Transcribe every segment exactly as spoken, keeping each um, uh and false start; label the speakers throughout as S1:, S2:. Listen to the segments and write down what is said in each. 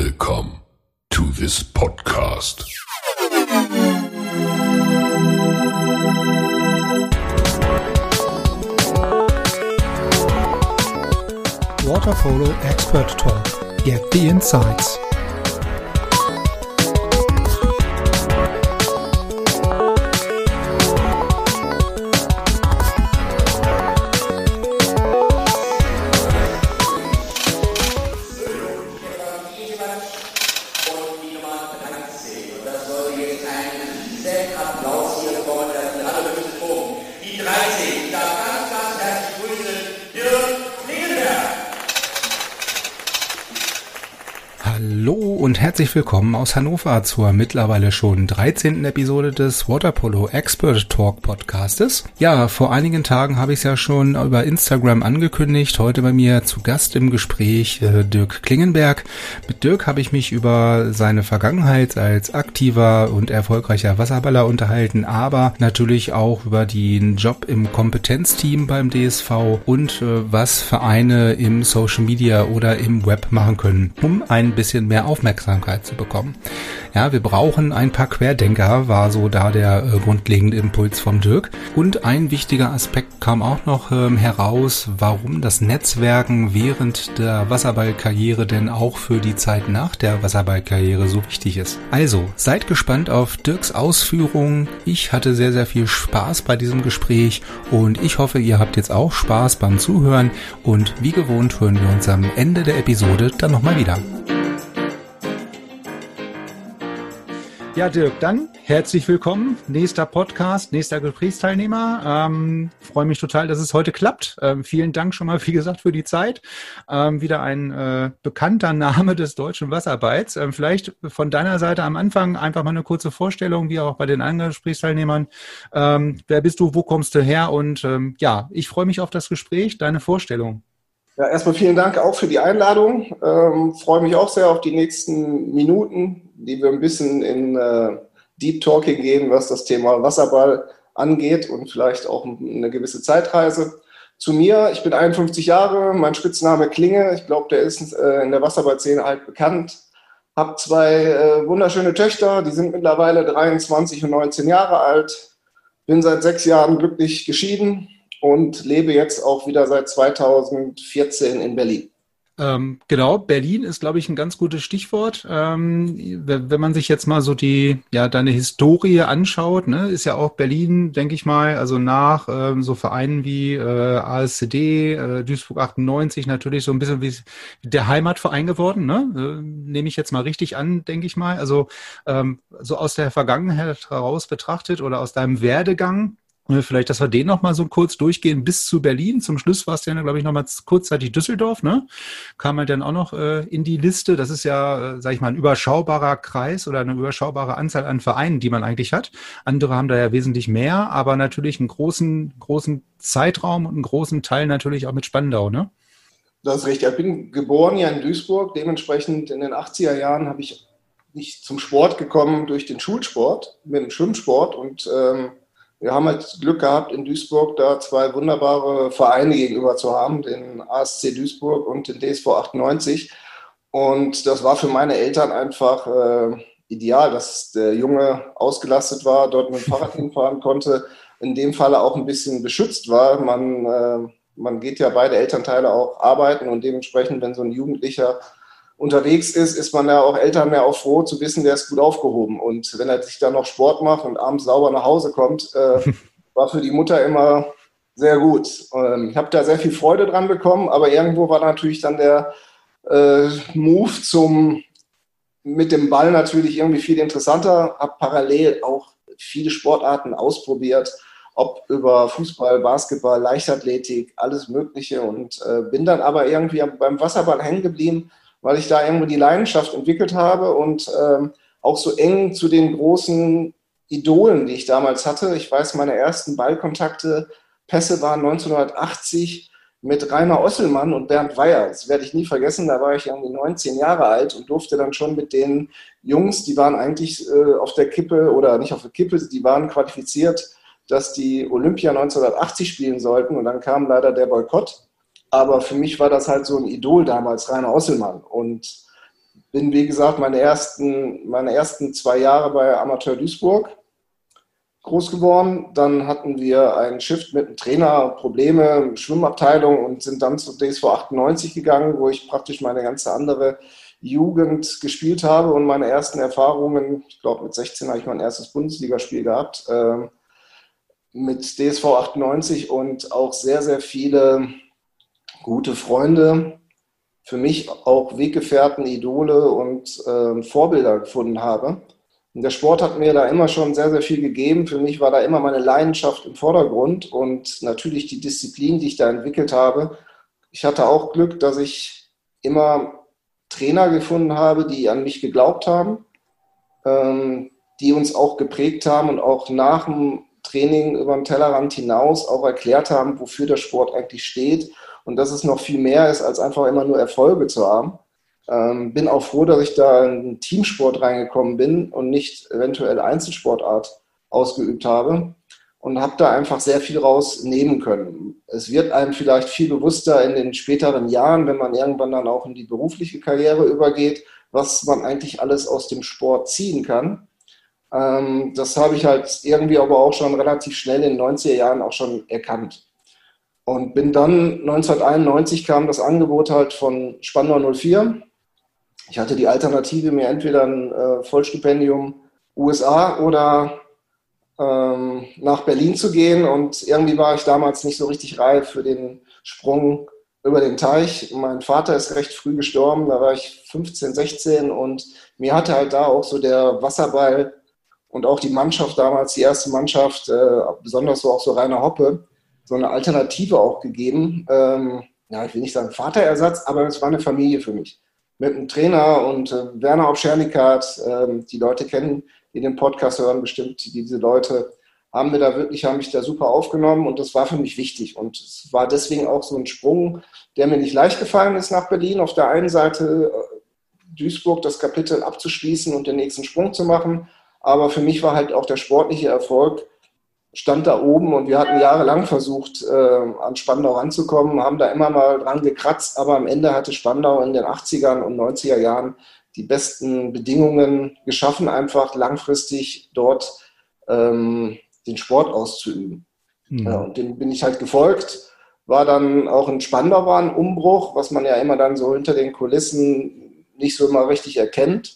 S1: Welcome to this podcast.
S2: Water Polo Expert Talk. Get the insights. Und herzlich willkommen aus Hannover zur mittlerweile schon dreizehnten Episode des Water Polo Expert Talk Podcastes. Ja, vor einigen Tagen habe ich es ja schon über Instagram angekündigt. Heute bei mir zu Gast im Gespräch äh, Dirk Klingenberg. Mit Dirk habe ich mich über seine Vergangenheit als aktiver und erfolgreicher Wasserballer unterhalten, aber natürlich auch über den Job im Kompetenzteam beim D S V und äh, was Vereine im Social Media oder im Web machen können, um ein bisschen mehr Aufmerksamkeit zu bekommen. Ja, wir brauchen ein paar Querdenker, war so da der äh, grundlegende Impuls vom Dirk. Und ein wichtiger Aspekt kam auch noch ähm, heraus, warum das Netzwerken während der Wasserballkarriere denn auch für die Zeit nach der Wasserballkarriere so wichtig ist. Also, seid gespannt auf Dirks Ausführungen. Ich hatte sehr, sehr viel Spaß bei diesem Gespräch und ich hoffe, ihr habt jetzt auch Spaß beim Zuhören und wie gewohnt hören wir uns am Ende der Episode dann nochmal wieder. Ja, Dirk, dann herzlich willkommen. Nächster Podcast, nächster Gesprächsteilnehmer. Ähm, freue mich total, dass es heute klappt. Ähm, vielen Dank schon mal, wie gesagt, für die Zeit. Ähm, wieder ein äh, bekannter Name des deutschen Wasserballs. Ähm, vielleicht von deiner Seite am Anfang einfach mal eine kurze Vorstellung, wie auch bei den anderen Gesprächsteilnehmern. Ähm, wer bist du, wo kommst du her? Und ähm, ja, ich freue mich auf das Gespräch. Deine Vorstellung.
S3: Ja, erstmal vielen Dank auch für die Einladung. Ähm, freue mich auch sehr auf die nächsten Minuten, die wir ein bisschen in äh, Deep Talking gehen, was das Thema Wasserball angeht und vielleicht auch eine gewisse Zeitreise. Zu mir, ich bin einundfünfzig Jahre, mein Spitzname Klinge, ich glaube, der ist äh, in der Wasserballszene halt bekannt. Habe zwei äh, wunderschöne Töchter, die sind mittlerweile dreiundzwanzig und neunzehn Jahre alt. Bin seit sechs Jahren glücklich geschieden und lebe jetzt auch wieder seit zweitausendvierzehn in Berlin.
S2: Ähm, genau, Berlin ist, glaube ich, ein ganz gutes Stichwort. Ähm, wenn man sich jetzt mal so die, ja, deine Historie anschaut, ne, ist ja auch Berlin, denke ich mal, also nach ähm, so Vereinen wie äh, A S C D, äh, Duisburg achtundneunzig natürlich so ein bisschen wie der Heimatverein geworden, ne? Äh, nehme ich jetzt mal richtig an, denke ich mal. Also ähm, so aus der Vergangenheit heraus betrachtet oder aus deinem Werdegang. Vielleicht, dass wir den noch mal so kurz durchgehen bis zu Berlin. Zum Schluss war es ja, glaube ich, noch mal kurzzeitig Düsseldorf, ne? Kam halt dann auch noch äh, in die Liste. Das ist ja, äh, sage ich mal, ein überschaubarer Kreis oder eine überschaubare Anzahl an Vereinen, die man eigentlich hat. Andere haben da ja wesentlich mehr, aber natürlich einen großen, großen Zeitraum und einen großen Teil natürlich auch mit Spandau, ne?
S3: Das ist richtig. Ich bin geboren hier in Duisburg. Dementsprechend in den achtziger Jahren habe ich nicht zum Sport gekommen durch den Schulsport, mit dem Schwimmsport und ähm, wir haben halt Glück gehabt, in Duisburg da zwei wunderbare Vereine gegenüber zu haben, den A S C Duisburg und den D S V achtundneunzig. Und das war für meine Eltern einfach äh, ideal, dass der Junge ausgelastet war, dort mit dem Fahrrad hinfahren konnte, in dem Falle auch ein bisschen beschützt war. Man, äh, man geht ja beide Elternteile auch arbeiten und dementsprechend, wenn so ein Jugendlicher unterwegs ist, ist man ja auch Eltern ja auch froh zu wissen, der ist gut aufgehoben. Und wenn er sich dann noch Sport macht und abends sauber nach Hause kommt, äh, war für die Mutter immer sehr gut. Ähm, ich habe da sehr viel Freude dran bekommen, aber irgendwo war natürlich dann der äh, Move zum mit dem Ball natürlich irgendwie viel interessanter. Habe parallel auch viele Sportarten ausprobiert, ob über Fußball, Basketball, Leichtathletik, alles Mögliche und äh, bin dann aber irgendwie beim Wasserball hängen geblieben, weil ich da irgendwo die Leidenschaft entwickelt habe und ähm, auch so eng zu den großen Idolen, die ich damals hatte. Ich weiß, meine ersten Ballkontakte, Pässe waren neunzehnhundertachtzig mit Rainer Osselmann und Bernd Weyer. Das werde ich nie vergessen, da war ich irgendwie neunzehn Jahre alt und durfte dann schon mit den Jungs, die waren eigentlich äh, auf der Kippe oder nicht auf der Kippe, die waren qualifiziert, dass die Olympia neunzehnhundertachtzig spielen sollten und dann kam leider der Boykott. Aber für mich war das halt so ein Idol damals, Rainer Osselmann. Und bin, wie gesagt, meine ersten, meine ersten zwei Jahre bei Amateur Duisburg groß geworden. Dann hatten wir einen Shift mit einem Trainer, Probleme, Schwimmabteilung und sind dann zu D S V achtundneunzig gegangen, wo ich praktisch meine ganze andere Jugend gespielt habe und meine ersten Erfahrungen, ich glaube mit sechzehn habe ich mein erstes Bundesligaspiel gehabt, äh, mit D S V achtundneunzig und auch sehr, sehr viele gute Freunde, für mich auch Weggefährten, Idole und äh, Vorbilder gefunden habe. Und der Sport hat mir da immer schon sehr, sehr viel gegeben. Für mich war da immer meine Leidenschaft im Vordergrund und natürlich die Disziplin, die ich da entwickelt habe. Ich hatte auch Glück, dass ich immer Trainer gefunden habe, die an mich geglaubt haben, ähm, die uns auch geprägt haben und auch nach dem Training über den Tellerrand hinaus auch erklärt haben, wofür der Sport eigentlich steht und dass es noch viel mehr ist, als einfach immer nur Erfolge zu haben. Ähm, bin auch froh, dass ich da in den Teamsport reingekommen bin und nicht eventuell Einzelsportart ausgeübt habe und habe da einfach sehr viel rausnehmen können. Es wird einem vielleicht viel bewusster in den späteren Jahren, wenn man irgendwann dann auch in die berufliche Karriere übergeht, was man eigentlich alles aus dem Sport ziehen kann. Ähm, das habe ich halt irgendwie aber auch schon relativ schnell in den neunziger Jahren auch schon erkannt. Und bin dann neunzehnhunderteinundneunzig kam das Angebot halt von Spandau null vier. Ich hatte die Alternative, mir entweder ein äh, Vollstipendium U S A oder ähm, nach Berlin zu gehen. Und irgendwie war ich damals nicht so richtig reif für den Sprung über den Teich. Mein Vater ist recht früh gestorben, da war ich fünfzehn, sechzehn und mir hatte halt da auch so der Wasserball und auch die Mannschaft damals, die erste Mannschaft, äh, besonders so auch so Rainer Hoppe, so eine Alternative auch gegeben. Ähm, ja, ich will nicht sagen Vaterersatz, aber es war eine Familie für mich. Mit einem Trainer und äh, Werner auf Schernikat, äh, die Leute kennen, die den Podcast hören, bestimmt diese Leute, haben wir da wirklich, haben mich da super aufgenommen und das war für mich wichtig. Und es war deswegen auch so ein Sprung, der mir nicht leicht gefallen ist nach Berlin. Auf der einen Seite äh, Duisburg das Kapitel abzuschließen und den nächsten Sprung zu machen. Aber für mich war halt auch der sportliche Erfolg, stand da oben und wir hatten jahrelang versucht, äh, an Spandau ranzukommen, haben da immer mal dran gekratzt, aber am Ende hatte Spandau in den achtzigern und neunziger Jahren die besten Bedingungen geschaffen, einfach langfristig dort ähm, den Sport auszuüben. Mhm. Ja, und dem bin ich halt gefolgt, war dann auch in Spandau war ein Umbruch, was man ja immer dann so hinter den Kulissen nicht so immer richtig erkennt.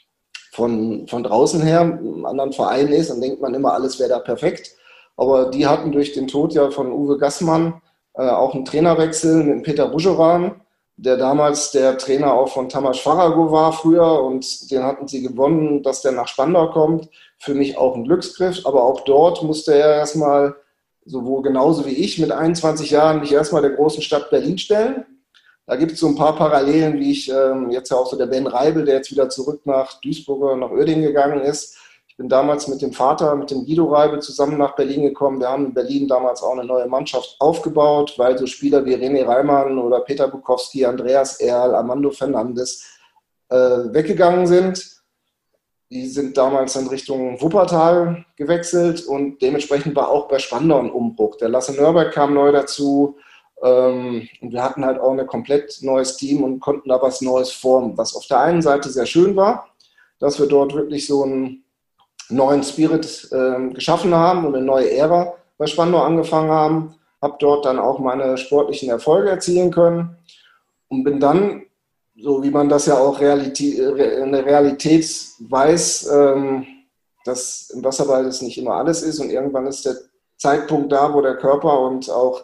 S3: Von, von draußen her, einem anderen Verein ist, dann denkt man immer, alles wäre da perfekt. Aber die hatten durch den Tod ja von Uwe Gassmann äh, auch einen Trainerwechsel mit Peter Buscheran, der damals der Trainer auch von Tamas Farago war früher und den hatten sie gewonnen, dass der nach Spandau kommt. Für mich auch ein Glücksgriff, aber auch dort musste er erstmal, sowohl genauso wie ich mit einundzwanzig Jahren, mich erstmal der großen Stadt Berlin stellen. Da gibt es so ein paar Parallelen, wie ich ähm, jetzt ja auch so der Ben Reibel, der jetzt wieder zurück nach Duisburg oder nach Uerdingen gegangen ist. Ich bin damals mit dem Vater, mit dem Guido Reibel zusammen nach Berlin gekommen. Wir haben in Berlin damals auch eine neue Mannschaft aufgebaut, weil so Spieler wie René Reimann oder Peter Bukowski, Andreas Erl, Armando Fernandes äh, weggegangen sind. Die sind damals in Richtung Wuppertal gewechselt und dementsprechend war auch bei Spandau ein Umbruch. Der Lasse Nürnberg kam neu dazu. Und wir hatten halt auch ein komplett neues Team und konnten da was Neues formen, was auf der einen Seite sehr schön war, dass wir dort wirklich so einen neuen Spirit äh, geschaffen haben und eine neue Ära bei Spandau angefangen haben, habe dort dann auch meine sportlichen Erfolge erzielen können und bin dann, so wie man das ja auch Realität, in der Realität weiß, ähm, dass im Wasserball das nicht immer alles ist und irgendwann ist der Zeitpunkt da, wo der Körper und auch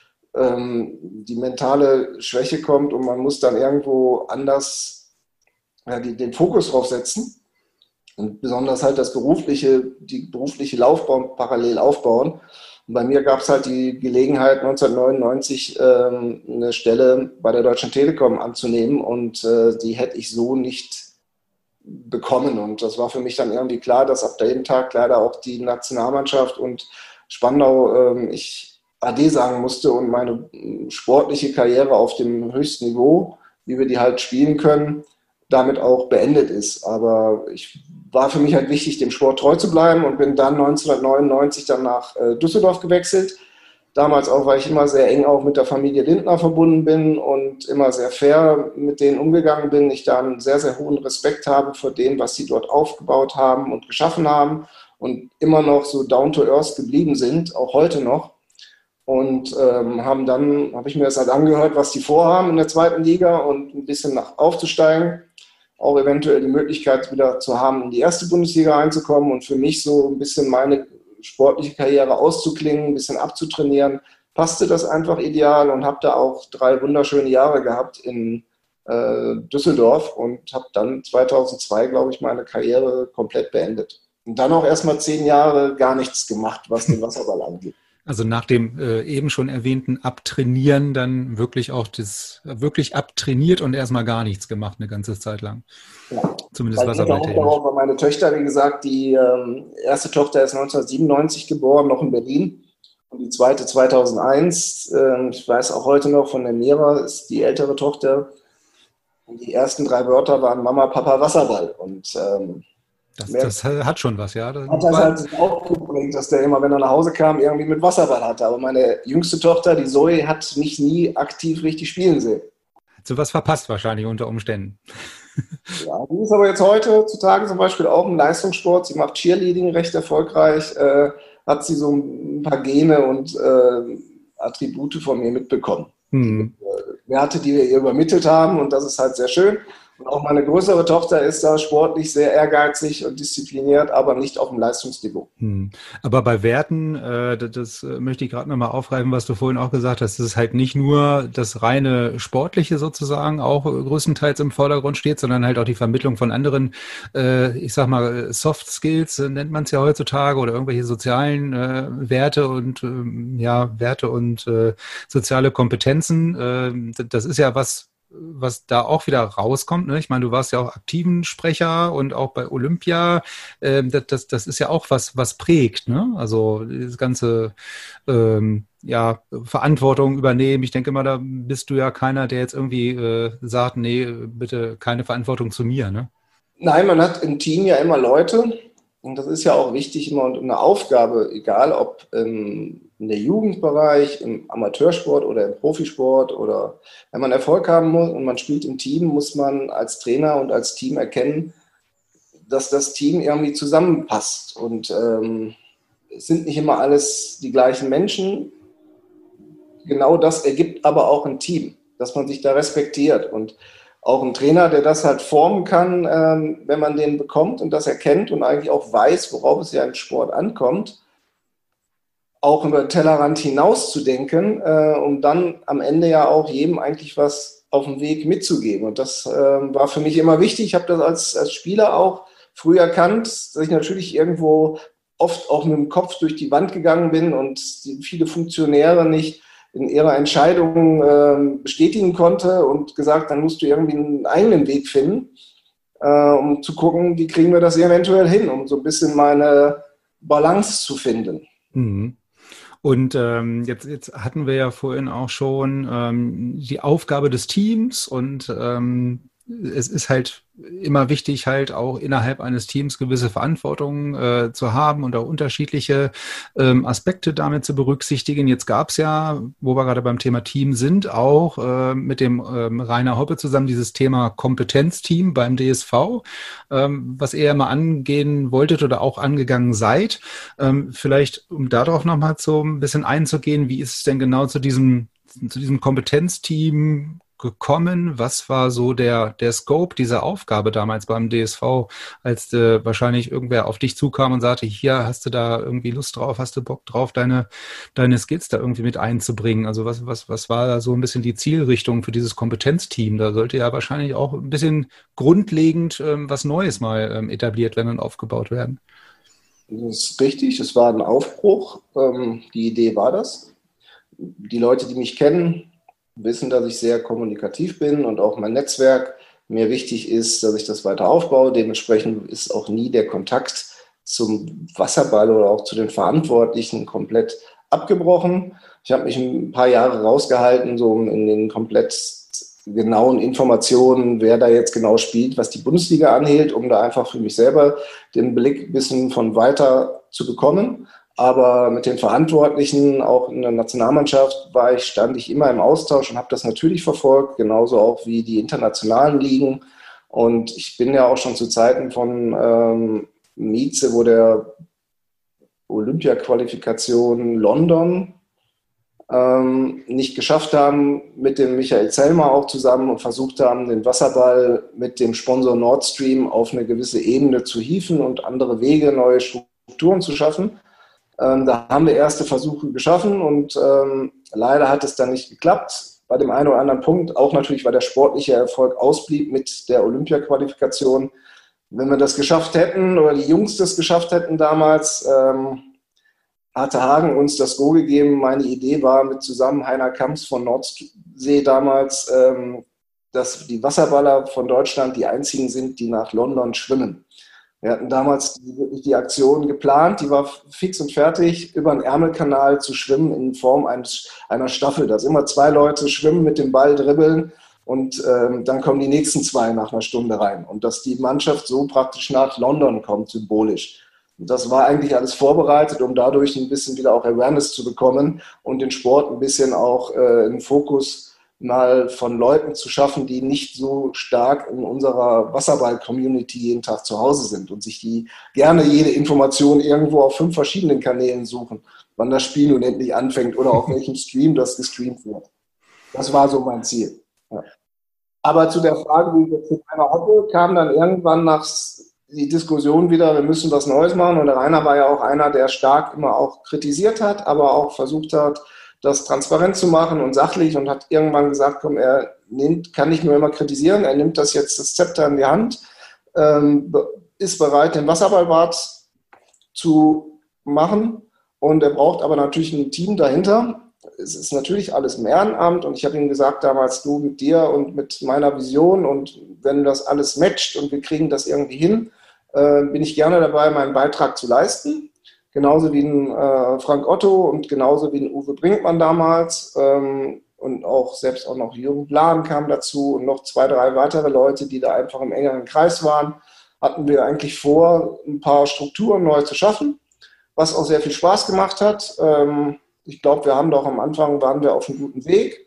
S3: die mentale Schwäche kommt und man muss dann irgendwo anders ja, die, den Fokus drauf setzen und besonders halt das berufliche, die berufliche Laufbahn parallel aufbauen. Und bei mir gab es halt die Gelegenheit, neunzehnhundertneunundneunzig ähm, eine Stelle bei der Deutschen Telekom anzunehmen und äh, die hätte ich so nicht bekommen. Und das war für mich dann irgendwie klar, dass ab dem Tag leider auch die Nationalmannschaft und Spandau, ähm, ich Ade sagen musste und meine sportliche Karriere auf dem höchsten Niveau, wie wir die halt spielen können, damit auch beendet ist. Aber ich war für mich halt wichtig, dem Sport treu zu bleiben und bin dann neunzehnhundertneunundneunzig dann nach äh, Düsseldorf gewechselt. Damals auch, weil ich immer sehr eng auch mit der Familie Lindner verbunden bin und immer sehr fair mit denen umgegangen bin. Ich da einen sehr, sehr hohen Respekt habe vor dem, was sie dort aufgebaut haben und geschaffen haben und immer noch so down to earth geblieben sind, auch heute noch. Und ähm, haben dann, habe ich mir das halt angehört, was die vorhaben in der zweiten Liga und ein bisschen nach aufzusteigen. Auch eventuell die Möglichkeit wieder zu haben, in die erste Bundesliga reinzukommen und für mich so ein bisschen meine sportliche Karriere auszuklingen, ein bisschen abzutrainieren, passte das einfach ideal und habe da auch drei wunderschöne Jahre gehabt in äh, Düsseldorf und habe dann zweitausendzwei, glaube ich, meine Karriere komplett beendet. Und dann auch erstmal zehn Jahre gar nichts gemacht, was den Wasserball angeht.
S2: Also nach dem äh, eben schon erwähnten Abtrainieren dann wirklich auch das, wirklich abtrainiert und erstmal gar nichts gemacht eine ganze Zeit lang.
S3: Ja.
S2: Zumindest wasserballtechnisch.
S3: Weil meine Töchter, wie gesagt, die ähm, erste Tochter ist neunzehnhundertsiebenundneunzig geboren, noch in Berlin. Und die zweite zweitausendeins. Äh, ich weiß auch heute noch von der Mira, ist die ältere Tochter. Und die ersten drei Wörter waren Mama, Papa, Wasserball. Und ähm,
S2: Das, das hat schon was, ja. Das
S3: hat das halt auch geprägt, dass der immer, wenn er nach Hause kam, irgendwie mit Wasserball hatte. Aber meine jüngste Tochter, die Zoe, hat mich nie aktiv richtig spielen sehen.
S2: Hat sie was verpasst wahrscheinlich unter Umständen.
S3: Ja, die ist aber jetzt heutzutage zum Beispiel auch im Leistungssport. Sie macht Cheerleading recht erfolgreich. Äh, hat sie so ein paar Gene und äh, Attribute von mir mitbekommen. Hm. Werte, die wir ihr übermittelt haben. Und das ist halt sehr schön. Und auch meine größere Tochter ist da sportlich sehr ehrgeizig und diszipliniert, aber nicht auf dem Leistungsniveau.
S2: Hm. Aber bei Werten, äh, das, das möchte ich gerade nochmal aufgreifen, was du vorhin auch gesagt hast, dass es halt nicht nur das reine Sportliche sozusagen auch größtenteils im Vordergrund steht, sondern halt auch die Vermittlung von anderen, äh, ich sag mal, Soft Skills, äh, nennt man es ja heutzutage, oder irgendwelche sozialen äh, Werte und äh, ja, Werte und äh, soziale Kompetenzen. Äh, das ist ja was, was da auch wieder rauskommt, ne? Ich meine, du warst ja auch aktiven Sprecher und auch bei Olympia. Ähm, das, das, das ist ja auch was, was prägt, ne? Also das ganze ähm, ja, Verantwortung übernehmen. Ich denke mal, da bist du ja keiner, der jetzt irgendwie äh, sagt, nee, bitte keine Verantwortung zu mir, ne?
S3: Nein, man hat im Team ja immer Leute und das ist ja auch wichtig immer und eine Aufgabe, egal ob ähm, in der Jugendbereich, im Amateursport oder im Profisport oder wenn man Erfolg haben muss und man spielt im Team, muss man als Trainer und als Team erkennen, dass das Team irgendwie zusammenpasst. Und ähm, es sind nicht immer alles die gleichen Menschen. Genau das ergibt aber auch ein Team, dass man sich da respektiert. Und auch ein Trainer, der das halt formen kann, ähm, wenn man den bekommt und das erkennt und eigentlich auch weiß, worauf es ja im Sport ankommt, auch über den Tellerrand hinaus zu denken, äh, um dann am Ende ja auch jedem eigentlich was auf dem Weg mitzugeben. Und das äh, war für mich immer wichtig. Ich habe das als, als Spieler auch früh erkannt, dass ich natürlich irgendwo oft auch mit dem Kopf durch die Wand gegangen bin und viele Funktionäre nicht in ihrer Entscheidung äh, bestätigen konnte und gesagt, dann musst du irgendwie einen eigenen Weg finden, äh, um zu gucken, wie kriegen wir das eventuell hin, um so ein bisschen meine Balance zu finden.
S2: Mhm. Und ähm, jetzt, jetzt hatten wir ja vorhin auch schon ähm, die Aufgabe des Teams und ähm, es ist halt immer wichtig, halt auch innerhalb eines Teams gewisse Verantwortung äh, zu haben und auch unterschiedliche ähm, Aspekte damit zu berücksichtigen. Jetzt gab es ja, wo wir gerade beim Thema Team sind, auch äh, mit dem ähm, Rainer Hoppe zusammen dieses Thema Kompetenzteam beim D S V, ähm, was ihr mal angehen wolltet oder auch angegangen seid. Ähm, vielleicht, um darauf nochmal so ein bisschen einzugehen, wie ist es denn genau zu diesem, zu diesem Kompetenzteam gekommen? Was war so der, der Scope dieser Aufgabe damals beim D S V, als äh, wahrscheinlich irgendwer auf dich zukam und sagte, hier, hast du da irgendwie Lust drauf, hast du Bock drauf, deine, deine Skills da irgendwie mit einzubringen? Also was, was, was war da so ein bisschen die Zielrichtung für dieses Kompetenzteam? Da sollte ja wahrscheinlich auch ein bisschen grundlegend ähm, was Neues mal ähm, etabliert werden und aufgebaut werden.
S3: Das ist richtig, es war ein Aufbruch. Ähm, die Idee war das. Die Leute, die mich kennen, wissen, dass ich sehr kommunikativ bin und auch mein Netzwerk mir wichtig ist, dass ich das weiter aufbaue. Dementsprechend ist auch nie der Kontakt zum Wasserball oder auch zu den Verantwortlichen komplett abgebrochen. Ich habe mich ein paar Jahre rausgehalten, so in den komplett genauen Informationen, wer da jetzt genau spielt, was die Bundesliga anhielt, um da einfach für mich selber den Blick ein bisschen von weiter zu bekommen. Aber mit den Verantwortlichen, auch in der Nationalmannschaft, war ich, stand ich immer im Austausch und habe das natürlich verfolgt, genauso auch wie die internationalen Ligen. Und ich bin ja auch schon zu Zeiten von ähm, Mieze, wo der Olympia-Qualifikation London ähm, nicht geschafft haben, mit dem Michael Zellmer auch zusammen und versucht haben, den Wasserball mit dem Sponsor Nord Stream auf eine gewisse Ebene zu hieven und andere Wege, neue Strukturen zu schaffen. Ähm, da haben wir erste Versuche geschaffen und ähm, leider hat es dann nicht geklappt. Bei dem einen oder anderen Punkt, auch natürlich, weil der sportliche Erfolg ausblieb mit der Olympia-Qualifikation. Wenn wir das geschafft hätten oder die Jungs das geschafft hätten damals, ähm, hatte Hagen uns das Go gegeben. Meine Idee war mit zusammen Heiner Kamps von Nordsee damals, ähm, dass die Wasserballer von Deutschland die einzigen sind, die nach London schwimmen. Wir hatten damals die, die Aktion geplant, die war fix und fertig, über den Ärmelkanal zu schwimmen in Form eines, einer Staffel, dass immer zwei Leute schwimmen, mit dem Ball dribbeln und ähm, dann kommen die nächsten zwei nach einer Stunde rein. Und dass die Mannschaft so praktisch nach London kommt, symbolisch. Und das war eigentlich alles vorbereitet, um dadurch ein bisschen wieder auch Awareness zu bekommen und den Sport ein bisschen auch äh, in Fokus mal von Leuten zu schaffen, die nicht so stark in unserer Wasserball-Community jeden Tag zu Hause sind und sich die gerne jede Information irgendwo auf fünf verschiedenen Kanälen suchen, wann das Spiel nun endlich anfängt oder auf welchem Stream das gestreamt wird. Das war so mein Ziel. Ja. Aber zu der Frage, wie wir zu Rainer Hoppe, kam dann irgendwann nach die Diskussion wieder, wir müssen was Neues machen. Und der Rainer war ja auch einer, der stark immer auch kritisiert hat, aber auch versucht hat, das transparent zu machen und sachlich und hat irgendwann gesagt, komm, er nimmt, kann nicht nur immer kritisieren, er nimmt das jetzt das Zepter in die Hand, ähm, ist bereit, den Wasserballbad zu machen und er braucht aber natürlich ein Team dahinter. Es ist natürlich alles im Ehrenamt und ich habe ihm gesagt damals, du mit dir und mit meiner Vision und wenn das alles matcht und wir kriegen das irgendwie hin, äh, bin ich gerne dabei, meinen Beitrag zu leisten. Genauso wie ein äh, Frank Otto und genauso wie ein Uwe Brinkmann damals ähm, und auch selbst auch noch Jürgen Lahn kam dazu und noch zwei, drei weitere Leute, die da einfach im engeren Kreis waren, hatten wir eigentlich vor, ein paar Strukturen neu zu schaffen, was auch sehr viel Spaß gemacht hat. Ähm, ich glaube, wir haben doch am Anfang, waren wir auf einem guten Weg.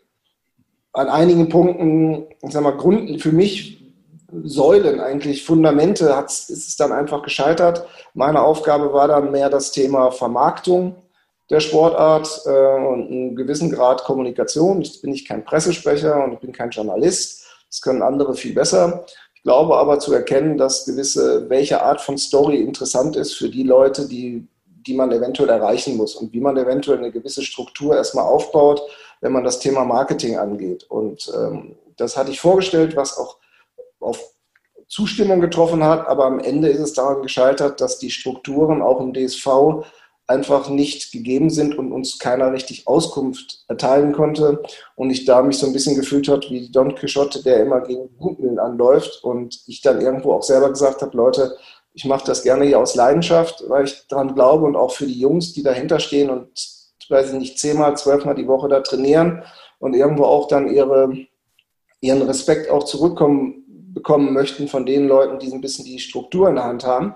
S3: An einigen Punkten, ich sag mal, Grund für mich Säulen, eigentlich Fundamente, ist es dann einfach gescheitert. Meine Aufgabe war dann mehr das Thema Vermarktung der Sportart äh, und einen gewissen Grad Kommunikation. Jetzt bin ich kein Pressesprecher und ich bin kein Journalist. Das können andere viel besser. Ich glaube aber zu erkennen, dass gewisse, welche Art von Story interessant ist für die Leute, die, die man eventuell erreichen muss und wie man eventuell eine gewisse Struktur erstmal aufbaut, wenn man das Thema Marketing angeht. Und ähm, das hatte ich vorgestellt, was auch auf Zustimmung getroffen hat, aber am Ende ist es daran gescheitert, dass die Strukturen auch im D S V einfach nicht gegeben sind und uns keiner richtig Auskunft erteilen konnte und ich da mich so ein bisschen gefühlt habe wie Don Quixote, der immer gegen Windmühlen anläuft und ich dann irgendwo auch selber gesagt habe, Leute, ich mache das gerne hier aus Leidenschaft, weil ich daran glaube und auch für die Jungs, die dahinter stehen und, weiß ich nicht, zehnmal, zwölfmal die Woche da trainieren und irgendwo auch dann ihre, ihren Respekt auch zurückkommen bekommen möchten von den Leuten, die ein bisschen die Struktur in der Hand haben.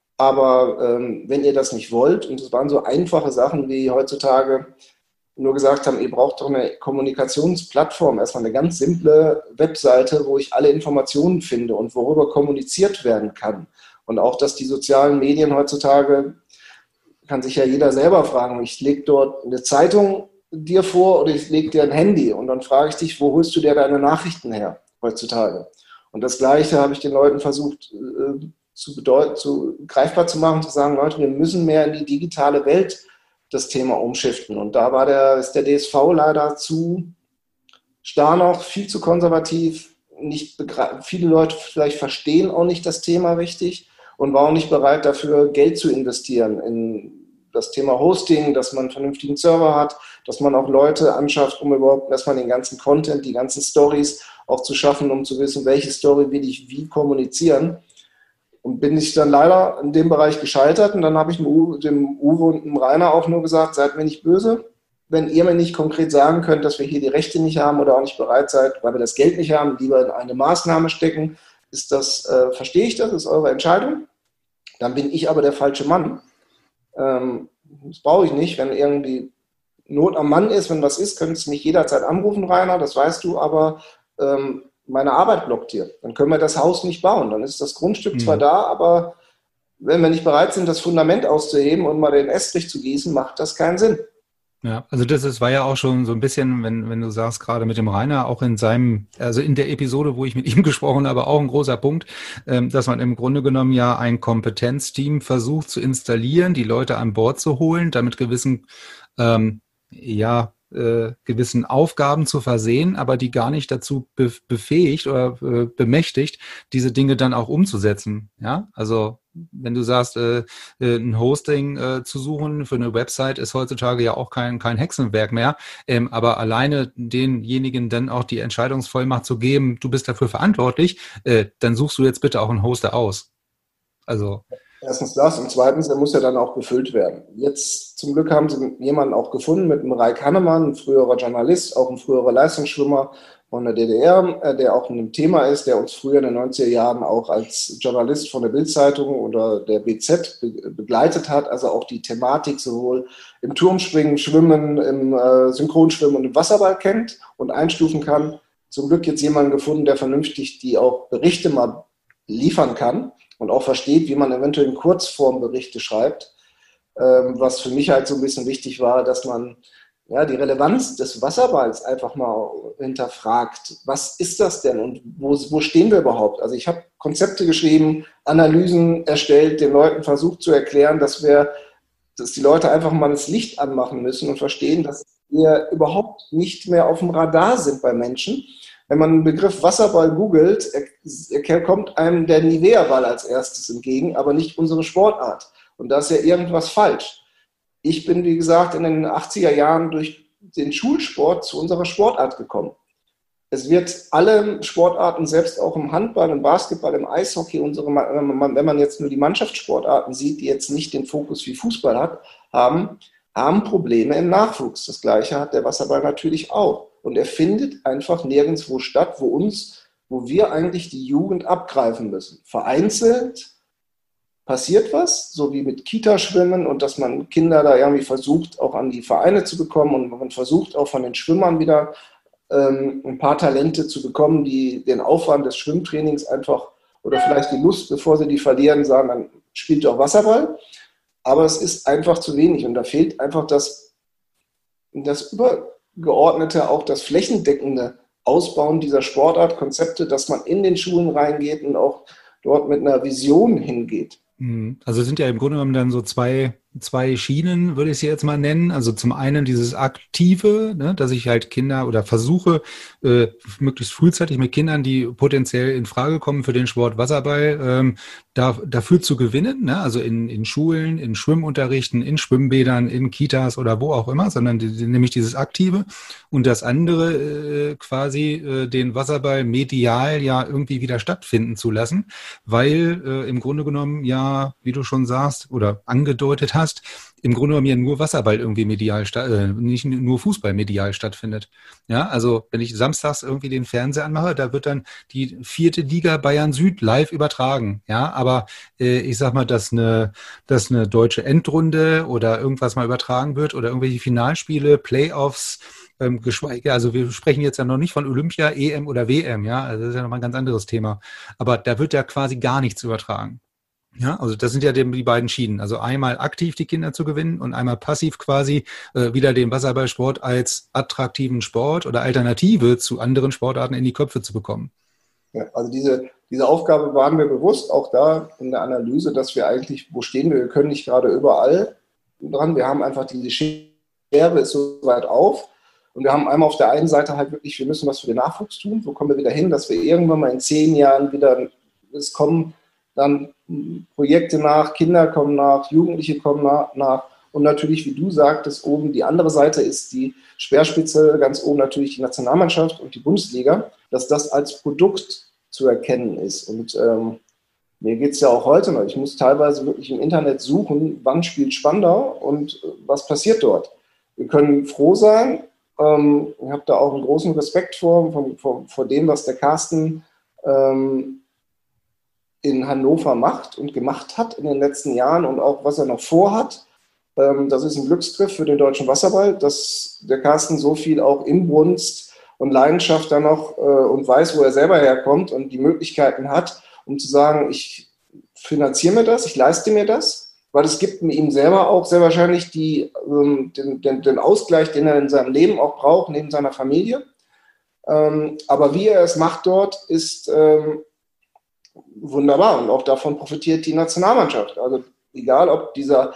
S3: Aber ähm, wenn ihr das nicht wollt, und es waren so einfache Sachen, wie heutzutage nur gesagt haben, ihr braucht doch eine Kommunikationsplattform, erstmal eine ganz simple Webseite, wo ich alle Informationen finde und worüber kommuniziert werden kann. Und auch, dass die sozialen Medien heutzutage, kann sich ja jeder selber fragen, ich lege dort eine Zeitung dir vor oder ich lege dir ein Handy und dann frage ich dich, wo holst du dir deine Nachrichten her heutzutage? Und das Gleiche habe ich den Leuten versucht äh, zu, bedeut- zu greifbar zu machen, zu sagen, Leute, wir müssen mehr in die digitale Welt das Thema umschiften. Und da war der, ist der D S V leider zu starr noch, viel zu konservativ. Nicht begre- viele Leute vielleicht verstehen auch nicht das Thema richtig und waren auch nicht bereit dafür, Geld zu investieren in das Thema Hosting, dass man einen vernünftigen Server hat, dass man auch Leute anschafft, um überhaupt erstmal den ganzen Content, die ganzen Stories auch zu schaffen, um zu wissen, welche Story will ich wie kommunizieren. Und bin ich dann leider in dem Bereich gescheitert und dann habe ich dem Uwe, dem Uwe und dem Rainer auch nur gesagt, seid mir nicht böse, wenn ihr mir nicht konkret sagen könnt, dass wir hier die Rechte nicht haben oder auch nicht bereit seid, weil wir das Geld nicht haben, lieber in eine Maßnahme stecken, ist das, äh, verstehe ich das, ist eure Entscheidung. Dann bin ich aber der falsche Mann. Ähm, das brauche ich nicht. Wenn irgendwie Not am Mann ist, wenn was ist, könntest du mich jederzeit anrufen, Rainer, das weißt du, aber ähm, meine Arbeit blockt hier. Dann können wir das Haus nicht bauen. Dann ist das Grundstück mhm. zwar da, aber wenn wir nicht bereit sind, das Fundament auszuheben und mal den Estrich zu gießen, macht das keinen Sinn.
S2: Ja, also das ist, war ja auch schon so ein bisschen, wenn, wenn du sagst, gerade mit dem Rainer, auch in seinem, also in der Episode, wo ich mit ihm gesprochen habe, auch ein großer Punkt, ähm, dass man im Grunde genommen ja ein Kompetenzteam versucht zu installieren, die Leute an Bord zu holen, damit gewissen, ähm, ja, äh, gewissen Aufgaben zu versehen, aber die gar nicht dazu be- befähigt oder äh, bemächtigt, diese Dinge dann auch umzusetzen. Ja, also wenn du sagst, äh, äh, ein Hosting äh, zu suchen für eine Website ist heutzutage ja auch kein kein Hexenwerk mehr, ähm, aber alleine denjenigen dann auch die Entscheidungsvollmacht zu geben, du bist dafür verantwortlich, äh, dann suchst du jetzt bitte auch einen Hoster aus. Also
S3: erstens das und zweitens, der muss ja dann auch befüllt werden. Jetzt zum Glück haben sie jemanden auch gefunden mit dem Raik Hannemann, ein früherer Journalist, auch ein früherer Leistungsschwimmer von der D D R, der auch in einem Thema ist, der uns früher in den neunziger Jahren auch als Journalist von der Bild-Zeitung oder der B Z begleitet hat, also auch die Thematik sowohl im Turmspringen, Schwimmen, im äh, Synchronschwimmen und im Wasserball kennt und einstufen kann. Zum Glück jetzt jemanden gefunden, der vernünftig die auch Berichte mal liefern kann und auch versteht, wie man eventuell in Kurzform Berichte schreibt. Ähm, was für mich halt so ein bisschen wichtig war, dass man ja, die Relevanz des Wasserballs einfach mal hinterfragt. Was ist das denn und wo, wo stehen wir überhaupt? Also ich habe Konzepte geschrieben, Analysen erstellt, den Leuten versucht zu erklären, dass wir, dass die Leute einfach mal das Licht anmachen müssen und verstehen, dass wir überhaupt nicht mehr auf dem Radar sind bei Menschen. Wenn man den Begriff Wasserball googelt, er, er kommt einem der Nivea-Ball als erstes entgegen, aber nicht unsere Sportart. Und da ist ja irgendwas falsch. Ich bin, wie gesagt, in den achtziger Jahren durch den Schulsport zu unserer Sportart gekommen. Es wird alle Sportarten, selbst auch im Handball, im Basketball, im Eishockey, unsere, wenn man jetzt nur die Mannschaftssportarten sieht, die jetzt nicht den Fokus wie Fußball hat, haben, haben Probleme im Nachwuchs. Das Gleiche hat der Wasserball natürlich auch. Und er findet einfach nirgendwo statt, wo uns, wo wir eigentlich die Jugend abgreifen müssen. Vereinzelt passiert was, so wie mit Kita-Schwimmen und dass man Kinder da irgendwie versucht, auch an die Vereine zu bekommen und man versucht auch von den Schwimmern wieder ähm, ein paar Talente zu bekommen, die den Aufwand des Schwimmtrainings einfach oder vielleicht die Lust, bevor sie die verlieren, sagen, dann spielt doch Wasserball. Aber es ist einfach zu wenig und da fehlt einfach das, das übergeordnete, auch das flächendeckende Ausbauen dieser Sportart, Konzepte, dass man in den Schulen reingeht und auch dort mit einer Vision hingeht.
S2: Also es sind ja im Grunde genommen dann so zwei, zwei Schienen, würde ich sie jetzt mal nennen. Also zum einen dieses Aktive, ne, dass ich halt Kinder oder versuche, äh, möglichst frühzeitig mit Kindern, die potenziell in Frage kommen für den Sport Wasserball, ähm, da, dafür zu gewinnen, ne? Also in, in Schulen, in Schwimmunterrichten, in Schwimmbädern, in Kitas oder wo auch immer, sondern die, nämlich dieses Aktive. Und das andere äh, quasi äh, den Wasserball medial ja irgendwie wieder stattfinden zu lassen, weil äh, im Grunde genommen ja, wie du schon sagst oder angedeutet hast, im Grunde genommen ja nur Wasserball irgendwie medial, äh, nicht nur Fußball medial stattfindet. Ja, also wenn ich samstags irgendwie den Fernseher anmache, da wird dann die vierte Liga Bayern Süd live übertragen. Ja, aber äh, ich sag mal, dass eine, dass eine deutsche Endrunde oder irgendwas mal übertragen wird oder irgendwelche Finalspiele, Playoffs, ähm, geschweige, also wir sprechen jetzt ja noch nicht von Olympia, E M oder W M, ja, also das ist ja nochmal ein ganz anderes Thema. Aber da wird ja quasi gar nichts übertragen. Ja, also das sind ja die, die beiden Schienen. Also einmal aktiv die Kinder zu gewinnen und einmal passiv quasi äh, wieder den Wasserballsport als attraktiven Sport oder Alternative zu anderen Sportarten in die Köpfe zu bekommen.
S3: Ja, also diese, diese Aufgabe waren mir bewusst, auch da in der Analyse, dass wir eigentlich, wo stehen wir, wir können nicht gerade überall dran. Wir haben einfach diese Schere ist so weit auf. Und wir haben einmal auf der einen Seite halt wirklich, wir müssen was für den Nachwuchs tun. Wo kommen wir wieder hin, dass wir irgendwann mal in zehn Jahren wieder, es kommen dann Projekte nach, Kinder kommen nach, Jugendliche kommen nach und natürlich, wie du sagtest, oben die andere Seite ist die Speerspitze, ganz oben natürlich die Nationalmannschaft und die Bundesliga, dass das als Produkt zu erkennen ist. Und ähm, mir geht es ja auch heute noch, ich muss teilweise wirklich im Internet suchen, wann spielt Spandau und was passiert dort. Wir können froh sein, ähm, ich habe da auch einen großen Respekt vor, vor, vor, vor dem, was der Carsten ähm, in Hannover macht und gemacht hat in den letzten Jahren und auch was er noch vorhat. Ähm, das ist ein Glücksgriff für den deutschen Wasserball, dass der Carsten so viel auch Inbrunst und Leidenschaft dann noch äh, und weiß, wo er selber herkommt und die Möglichkeiten hat, um zu sagen, ich finanziere mir das, ich leiste mir das, weil es gibt ihm selber auch sehr wahrscheinlich die, ähm, den, den, den Ausgleich, den er in seinem Leben auch braucht, neben seiner Familie. Ähm, aber wie er es macht dort, ist ähm, wunderbar und auch davon profitiert die Nationalmannschaft. Also egal, ob dieser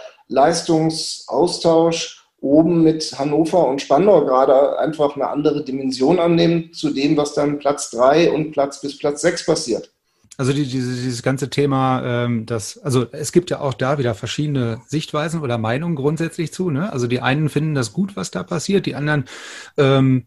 S3: Leistungsaustausch oben mit Hannover und Spandau gerade einfach eine andere Dimension annimmt zu dem, was dann Platz drei und Platz bis Platz sechs passiert.
S2: Also die, diese, dieses ganze Thema, ähm, das, also es gibt ja auch da wieder verschiedene Sichtweisen oder Meinungen grundsätzlich zu, ne? Also die einen finden das gut, was da passiert, die anderen, ähm,